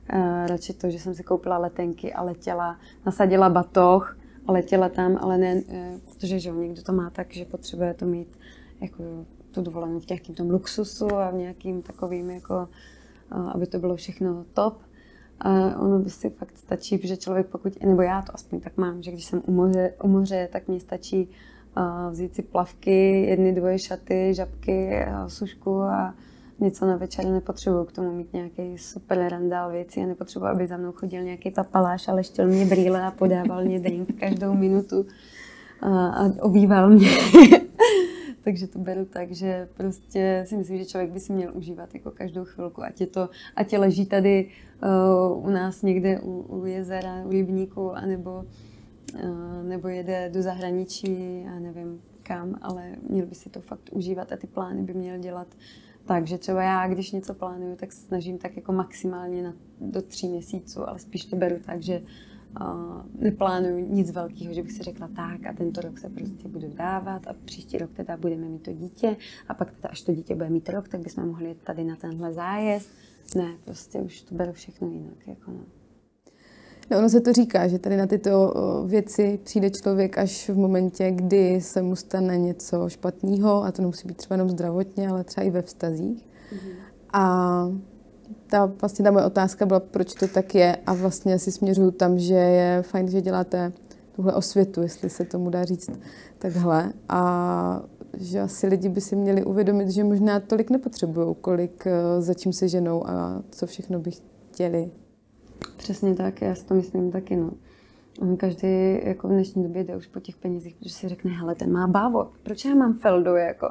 radši to, že jsem si koupila letenky a letěla, nasadila batoh a letěla tam, ale ne, protože že někdo to má tak, že potřebuje to mít jako tu dovolenou v nějakým tom luxusu a v nějakým takovým, jako, aby to bylo všechno top. A ono by si fakt stačí, protože člověk pokud, nebo já to aspoň tak mám, že když jsem u moře tak mně stačí vzít si plavky, 1, 2 šaty, žabky, sušku a něco na večer. Nepotřebuju k tomu mít nějaký super randál věcí a nepotřebuji, aby za mnou chodil nějaký papaláš a leštil mě brýle a podával mě drink každou minutu a obýval mě. Takže to beru tak, že prostě si myslím, že člověk by si měl užívat jako každou chvilku, ať je leží tady u nás někde u jezera, u rybníku, nebo jede do zahraničí, já nevím kam, ale měl by si to fakt užívat a ty plány by měl dělat tak, že třeba já, když něco plánuju, tak se snažím tak jako maximálně do 3 měsíců, ale spíš to beru tak, že neplánuju nic velkého, že bych si řekla tak a tento rok se prostě budu dávat a příští rok teda budeme mít to dítě a pak teda až to dítě bude mít rok, tak bychom mohli jít tady na tenhle zájezd. Ne, prostě už to beru všechno jinak. Jako no. No, ono se to říká, že tady na tyto věci přijde člověk až v momentě, kdy se mu stane něco špatného, a to nemusí být třeba jenom zdravotně, ale třeba i ve vztazích. A ta moje otázka byla, proč to tak je, a vlastně si směřuju tam, že je fajn, že děláte tuhle osvětu, jestli se tomu dá říct takhle, a že asi lidi by si měli uvědomit, že možná tolik nepotřebují, kolik za čím se ženou a co všechno by chtěli. Přesně tak, já si to myslím taky, no. Každý jako v dnešní době jde už po těch penězích, protože si řekne, hele, ten má bávo, proč já mám feldu, jako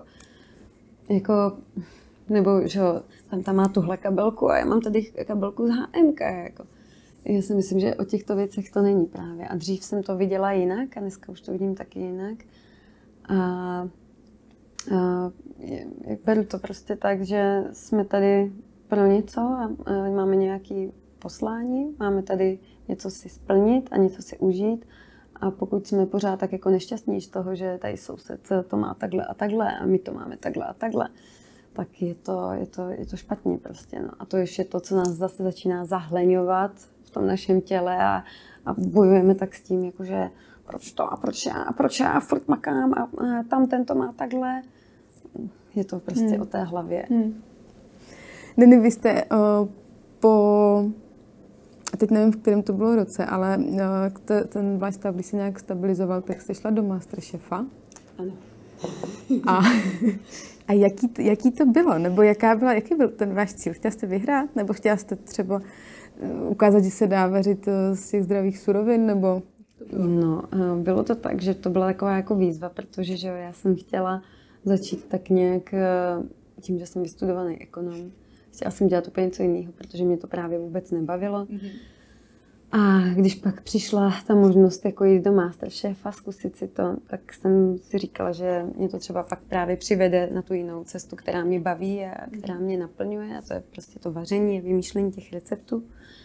nebo že tam má tuhle kabelku a já mám tady kabelku z H&M, jako. Já si myslím, že o těchto věcech to není právě. A dřív jsem to viděla jinak a dneska už to vidím taky jinak. A beru to prostě tak, že jsme tady pro něco a máme nějaké poslání, máme tady něco si splnit a něco si užít. A pokud jsme pořád tak jako nešťastní z toho, že tady soused to má takhle a takhle a my to máme takhle a takhle, tak je to špatně prostě. No. A to ještě to, co nás zase začíná zahleňovat v tom našem těle a bojujeme tak s tím, jakože proč to a proč já furt makám a tam tento má takhle. Je to prostě o té hlavě. Deny, vy jste a teď nevím, v kterém to bylo roce, ale ten váš stav, když se nějak stabilizoval, tak jste šla do Masterchefa. Ano. A jaký to bylo? Nebo jaký byl ten váš cíl? Chtěla jste vyhrát? Nebo chtěla jste třeba ukázat, že se dá vařit z těch zdravých surovin? Nebo... No, bylo to tak, že to byla taková jako výzva, protože že já jsem chtěla začít tak nějak tím, že jsem vystudovaný ekonom. Chtěla jsem dělat úplně něco jiného, protože mě to právě vůbec nebavilo. A když pak přišla ta možnost jako jít do Masterchefa, zkusit si to, tak jsem si říkala, že mě to třeba pak právě přivede na tu jinou cestu, která mě baví a která mě naplňuje. A to je prostě to vaření a vymýšlení těch receptů.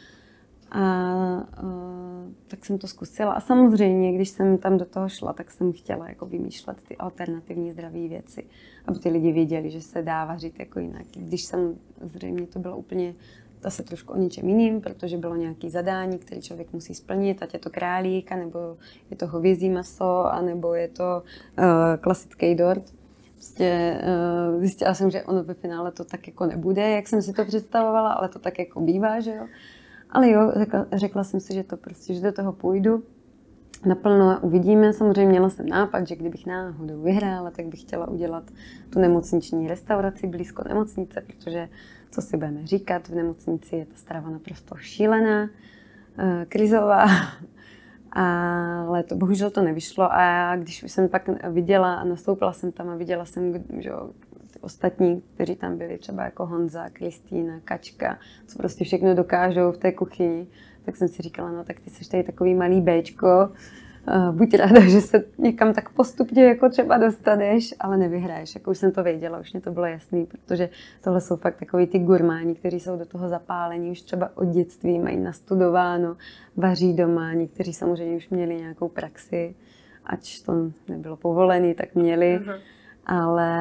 Tak jsem to zkusila. A samozřejmě, když jsem tam do toho šla, tak jsem chtěla jako vymýšlet ty alternativní zdravé věci, aby ty lidi věděli, že se dá vařit jako jinak. Když samozřejmě to bylo úplně zase trošku o něčem jiným, protože bylo nějaké zadání, které člověk musí splnit, ať je to králík, nebo je to hovězí maso, anebo je to klasický dort. Prostě zjistila jsem, že ono ve finále to tak jako nebude, jak jsem si to představovala, ale to tak jako bývá, že jo. Ale jo, řekla jsem si, že to prostě, že do toho půjdu naplno a uvidíme. Samozřejmě měla jsem nápad, že kdybych náhodou vyhrála, tak bych chtěla udělat tu nemocniční restauraci blízko nemocnice, protože co si budeme říkat, v nemocnici je ta strava naprosto šílená, krizová, ale to bohužel to nevyšlo. A když už jsem pak viděla a nastoupila jsem tam a viděla jsem, že ostatní, kteří tam byli, třeba jako Honza, Kristýna, Kačka, co prostě všechno dokážou v té kuchyni, tak jsem si říkala, no tak ty jsi tady takový malý béčko, buď ráda, že se někam tak postupně jako třeba dostaneš, ale nevyhraješ. Jako už jsem to věděla, už mě to bylo jasný, protože tohle jsou fakt takový ty gurmáni, kteří jsou do toho zapálení už třeba od dětství, mají nastudováno, vaří doma, někteří samozřejmě už měli nějakou praxi, ač to nebylo povolené, tak měli. Ale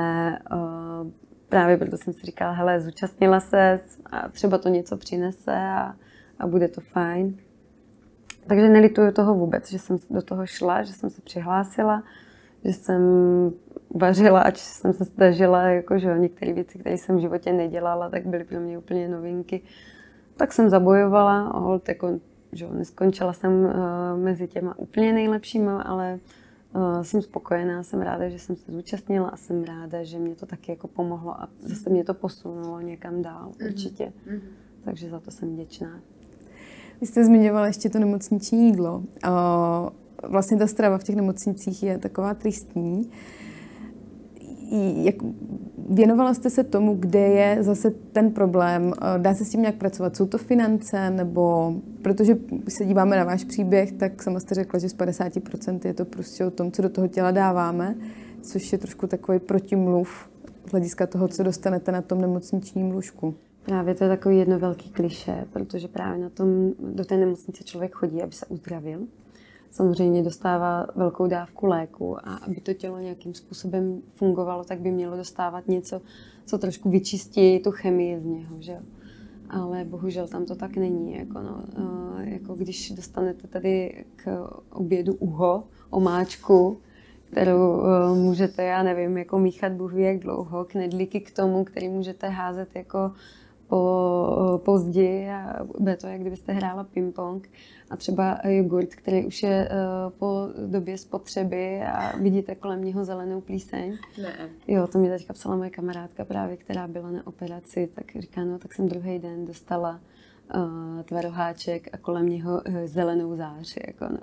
právě proto jsem si říkala, hele, zúčastnila se a třeba to něco přinese a a bude to fajn. Takže nelituju toho vůbec, že jsem do toho šla, že jsem se přihlásila, že jsem vařila, ať jsem se snažila, jakože některé věci, které jsem v životě nedělala, tak byly pro mě úplně novinky. Tak jsem zabojovala, holt, jako, že neskončila jsem mezi těma úplně nejlepšíma, ale jsem spokojená, jsem ráda, že jsem se zúčastnila a jsem ráda, že mě to taky jako pomohlo a zase mě to posunulo někam dál, určitě. Takže za to jsem vděčná. Vy jste zmiňovala ještě to nemocniční jídlo. Vlastně ta strava v těch nemocnicích je taková tristní. Věnovala jste se tomu, kde je zase ten problém? Dá se s tím nějak pracovat? Jsou to finance? Nebo, protože když se díváme na váš příběh, tak sama jste řekla, že z 50% je to prostě o tom, co do toho těla dáváme, což je trošku takový protimluv z hlediska toho, co dostanete na tom nemocničním lůžku. Právě to je takový jedno velký klišé, protože právě do té nemocnice člověk chodí, aby se uzdravil. Samozřejmě dostává velkou dávku léku a aby to tělo nějakým způsobem fungovalo, tak by mělo dostávat něco, co trošku vyčistí tu chemii z něho, že jo. Ale bohužel tam to tak není. Jako když dostanete tady k obědu omáčku, kterou můžete, já nevím, jako míchat Bůh ví jak dlouho, knedlíky k tomu, který můžete házet jako po zdi a bude to, jak kdybyste hrála ping-pong. A třeba jogurt, který už je po době spotřeby a vidíte kolem něho zelenou plíseň. Ne. Jo, to mi teďka psala moje kamarádka právě, která byla na operaci, tak říká, no tak jsem druhý den dostala tvaroháček a kolem něho zelenou zář. Jako, no.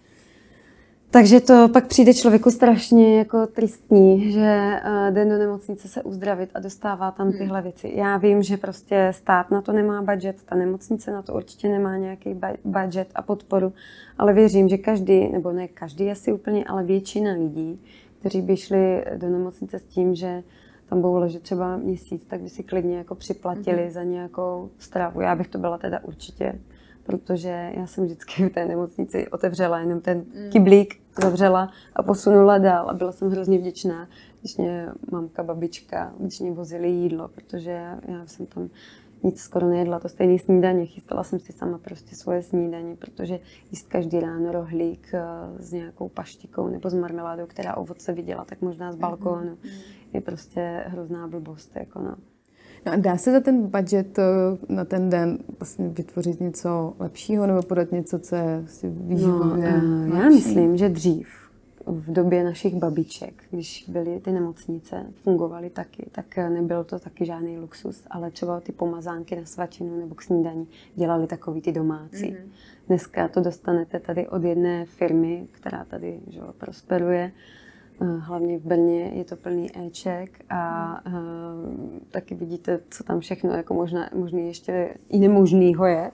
Takže to pak přijde člověku strašně jako tristní, že jde do nemocnice se uzdravit a dostává tam tyhle věci. Já vím, že prostě stát na to nemá budget, ta nemocnice na to určitě nemá nějaký budget a podporu, ale věřím, že každý, nebo ne každý asi úplně, ale většina lidí, kteří by šli do nemocnice s tím, že tam budou ležet třeba měsíc, tak by si klidně jako připlatili za nějakou stravu. Já bych to byla teda určitě. Protože já jsem vždycky v té nemocnici otevřela jenom ten kyblík, zavřela a posunula dál a byla jsem hrozně vděčná, když mě mamka, babička, když mě vozili jídlo, protože já jsem tam nic skoro nejedla, to stejné snídaně, chystala jsem si sama prostě svoje snídaně, protože jíst každý ráno rohlík s nějakou paštikou nebo s marmeládou, která ovoce viděla, tak možná z balkónu, je prostě hrozná blbost, jako no. No a dá se za ten budget na ten den vlastně vytvořit něco lepšího nebo podat něco, co je si výživově lepší? Já myslím, že dřív, v době našich babiček, když byly ty nemocnice, fungovaly taky, tak nebyl to taky žádný luxus, ale třeba ty pomazánky na svačinu nebo k snídani dělali takový ty domácí. Dneska to dostanete tady od jedné firmy, která tady prosperuje. Hlavně v Brně je to plný éček a taky vidíte, co tam všechno jako možný ještě i nemožnýho je.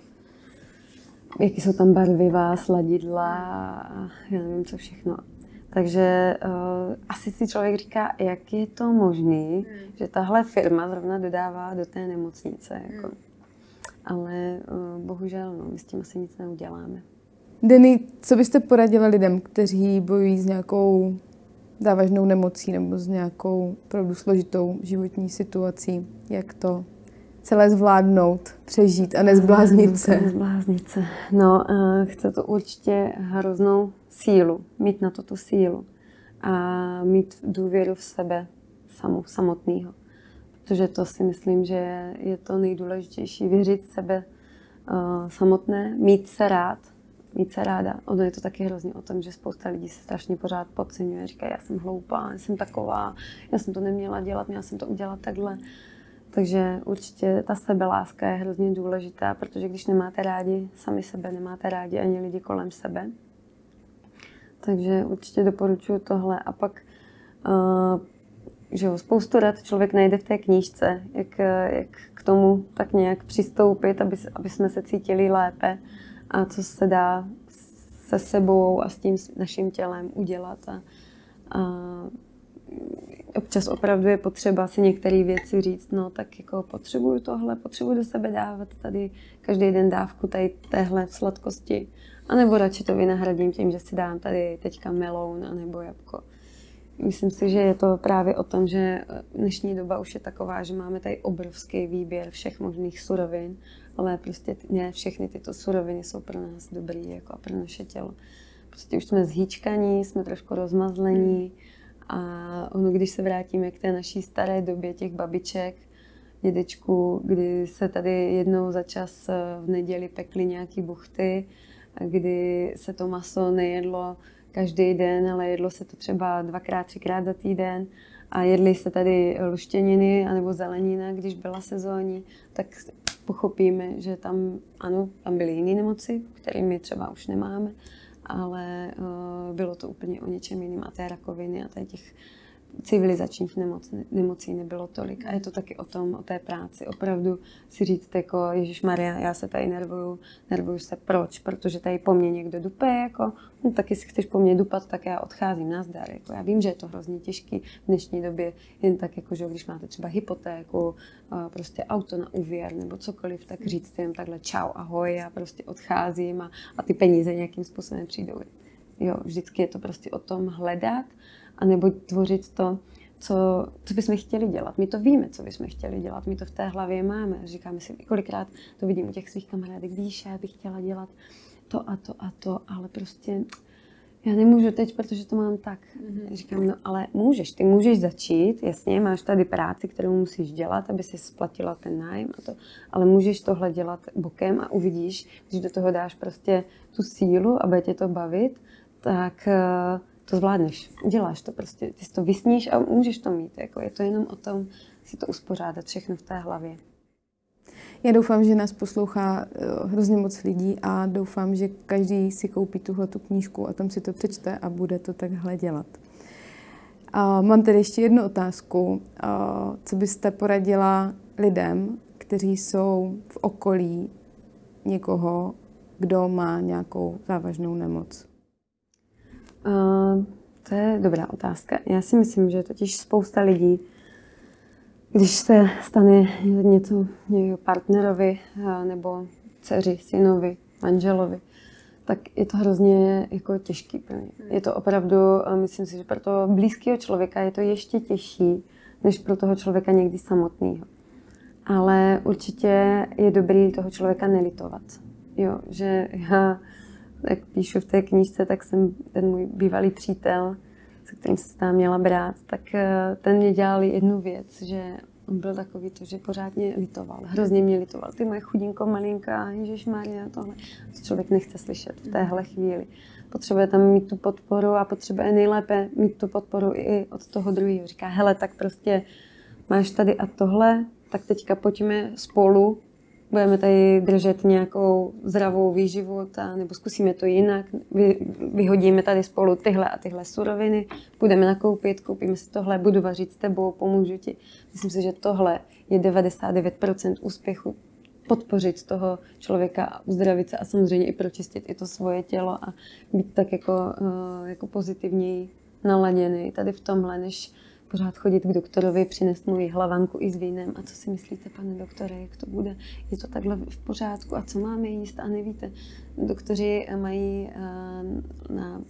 Jaký jsou tam barvivá, sladidla a já nevím co všechno. Takže asi si člověk říká, jak je to možný, že tahle firma zrovna dodává do té nemocnice. Jako. Ale bohužel my s tím asi nic neuděláme. Denny, co byste poradila lidem, kteří bojují s nějakou závažnou nemocí nebo s nějakou opravdu složitou životní situací, jak to celé zvládnout, přežít a nezbláznit se? Nezbláznit se. No, chce to určitě hroznou sílu, mít na to tu sílu a mít důvěru v sebe samotného. Protože to si myslím, že je to nejdůležitější, věřit sebe samotné, mít se rád, mít se ráda. Ono je to taky hrozně o tom, že spousta lidí se strašně pořád podceňuje. Říkají, já jsem hloupá, já jsem taková, já jsem to neměla dělat, měla jsem to udělat takhle. Takže určitě ta sebeláska je hrozně důležitá, protože když nemáte rádi sami sebe, nemáte rádi ani lidi kolem sebe. Takže určitě doporučuji tohle. A pak že jo, spoustu rad člověk najde v té knížce, jak k tomu tak nějak přistoupit, aby jsme se cítili lépe a co se dá se sebou a s tím naším tělem udělat. A občas opravdu je potřeba si některé věci říct, no tak jako potřebuju tohle, potřebuju do sebe dávat tady každý den dávku tady téhle sladkosti. A nebo radši to vynahradím tím, že si dám tady teďka meloun anebo jabko. myslím si, že je to právě o tom, že dnešní doba už je taková, že máme tady obrovský výběr všech možných surovin, ale prostě ne všechny tyto suroviny jsou pro nás dobrý jako a pro naše tělo. Prostě už jsme zhýčkaní, jsme trošku rozmazlení a ono, když se vrátíme k té naší staré době těch babiček, dědečků, kdy se tady jednou za čas v neděli pekly nějaký buchty, kdy se to maso nejedlo každý den, ale jedlo se to třeba 2x, 3x za týden a jedli se tady luštěniny anebo zelenina, když byla sezónní, tak pochopíme, že tam, ano, tam byly jiné nemoci, které my třeba už nemáme, ale bylo to úplně o něčem jiném a té rakoviny a těch civilizačních nemocí nebylo tolik. A je to taky o tom, o té práci. Opravdu si říct jako Ježišmarja, já se tady nervuju se proč? Protože tady po mně někdo dupe, jako, no taky si chceš po mně dupat, tak já odcházím, nazdar. Jako, já vím, že je to hrozně těžký v dnešní době, jen tak jako, že když máte třeba hypotéku, prostě auto na úvěr nebo cokoliv, tak říct jim takhle čau, ahoj, já prostě odcházím a ty peníze nějakým způsobem přijdou. Jo, vždycky je to prostě o tom hledat, anebo tvořit to, co bychom chtěli dělat. My to víme, co bychom chtěli dělat, my to v té hlavě máme. Říkáme si, kolikrát to vidím u těch svých kamarádek, víš, já bych chtěla dělat to a to a to, ale prostě já nemůžu teď, protože to mám tak. Říkám, no ale ty můžeš začít, jasně, máš tady práci, kterou musíš dělat, aby si splatila ten nájem a to, ale můžeš tohle dělat bokem a uvidíš, když do toho dáš prostě tu sílu a bude tě to bavit, tak to zvládneš, uděláš to prostě, ty si to vysníš a můžeš to mít. Jako je to jenom o tom si to uspořádat všechno v té hlavě. Já doufám, že nás poslouchá hrozně moc lidí a doufám, že každý si koupí tuhletu knížku a tam si to přečte a bude to takhle dělat. Mám tady ještě jednu otázku. Co byste poradila lidem, kteří jsou v okolí někoho, kdo má nějakou závažnou nemoc? To je dobrá otázka. Já si myslím, že totiž spousta lidí, když se stane něco partnerovi nebo dceři, synovi, manželovi, tak je to hrozně jako těžký pro ně. Je to opravdu, myslím si, že pro toho blízkého člověka je to ještě těžší, než pro toho člověka někdy samotného. Ale určitě je dobrý toho člověka nelitovat. Jo, že já, jak píšu v té knížce, tak jsem ten můj bývalý přítel, se kterým se tam měla brát, tak ten mě dělal jednu věc, že on byl takový to, že pořád mě litoval, hrozně mě litoval. Ty moje chudinko, malinká, ježišmarja, tohle. To člověk nechce slyšet v téhle chvíli. Potřebuje tam mít tu podporu a potřebuje nejlépe mít tu podporu i od toho druhého. Říká, hele, tak prostě máš tady a tohle, tak teďka pojďme spolu, budeme tady držet nějakou zdravou výživu, nebo zkusíme to jinak, vyhodíme tady spolu tyhle a tyhle suroviny, půjdeme nakoupit, koupíme si tohle, budu vařit s tebou, pomůžu ti. Myslím si, že tohle je 99% úspěchu. Podpořit toho člověka a uzdravit se a samozřejmě i pročistit i to svoje tělo a být tak jako pozitivněji naladěný tady v tomhle, než pořád chodit k doktorovi, přinést mu hlavanku i s vínem. A co si myslíte, pane doktore, jak to bude? Je to takhle v pořádku? A co máme jíst? A nevíte. Doktoři mají na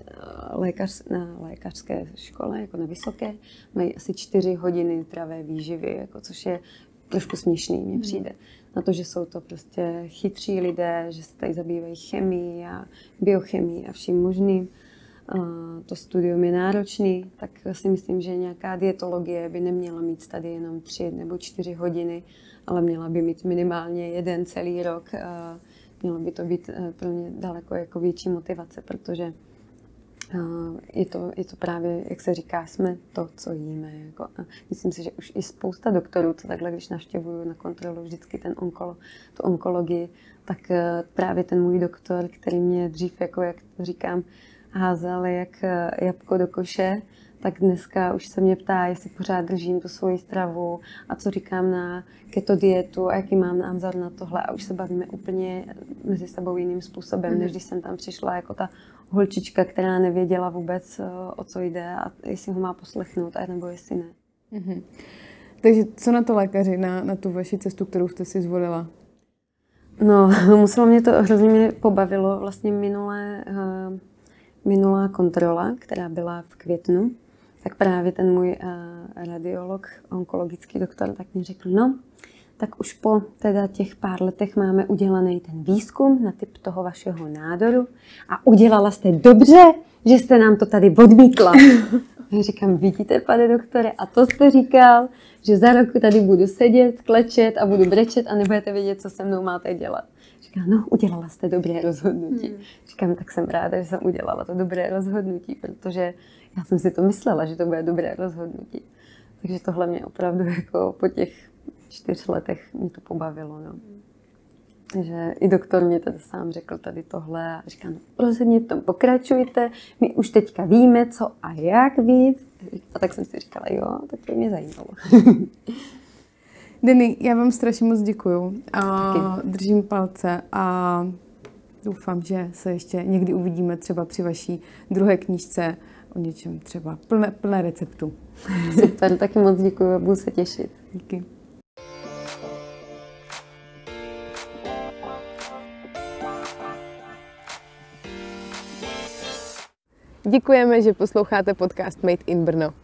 lékařské škole, jako na vysoké, mají asi 4 hodiny zdravé výživy, jako, což je trošku směšný, mně přijde. Na to, že jsou to prostě chytří lidé, že se tady zabývají chemií a biochemií a vším možným. To studium je náročný, tak si myslím, že nějaká dietologie by neměla mít tady jenom 3 nebo 4 hodiny, ale měla by mít minimálně 1 celý rok. Mělo by to být pro mě daleko jako větší motivace, protože je to právě, jak se říká, jsme to, co jíme. Jako. A myslím si, že už i spousta doktorů, to takhle, když navštěvuju na kontrolu vždycky tu onkologii, tak právě ten můj doktor, který mě dřív, jako jak to říkám, házel jak jabko do koše, tak dneska už se mě ptá, jestli pořád držím tu svoji stravu a co říkám na keto dietu a jaký mám názor na tohle. A už se bavíme úplně mezi sebou jiným způsobem, než když jsem tam přišla jako ta holčička, která nevěděla vůbec, o co jde a jestli ho má poslechnout, a nebo jestli ne. Mm-hmm. Takže co na to lékaři, na tu vaši cestu, kterou jste si zvolila? No, muselo mě to, hrozně mě pobavilo vlastně minulá kontrola, která byla v květnu, tak právě ten můj radiolog, onkologický doktor, tak mi řekl, no, tak už po teda těch pár letech máme udělaný ten výzkum na typ toho vašeho nádoru a udělala jste dobře, že jste nám to tady odmítla. Já říkám, vidíte, pane doktore, a to jste říkal, že za rok tady budu sedět, klečet a budu brečet a nebudete vědět, co se mnou máte dělat. Říkám, no, udělala jste dobré rozhodnutí. Říkám, tak jsem ráda, že jsem udělala to dobré rozhodnutí, protože já jsem si to myslela, že to bude dobré rozhodnutí. Takže tohle mě opravdu jako po těch 4 letech mě to pobavilo. No. Takže i doktor mě tady sám řekl tady tohle a říkám, no, rozhodně v tom pokračujte, my už teďka víme, co a jak víc. A tak jsem si říkala, jo, tak to mě zajímalo. Denny, já vám strašně moc děkuju. Držím palce a doufám, že se ještě někdy uvidíme třeba při vaší druhé knížce o něčem třeba plné receptu. Super, taky moc děkuju, budu se těšit. Díky. Děkujeme, že posloucháte podcast Made in Brno.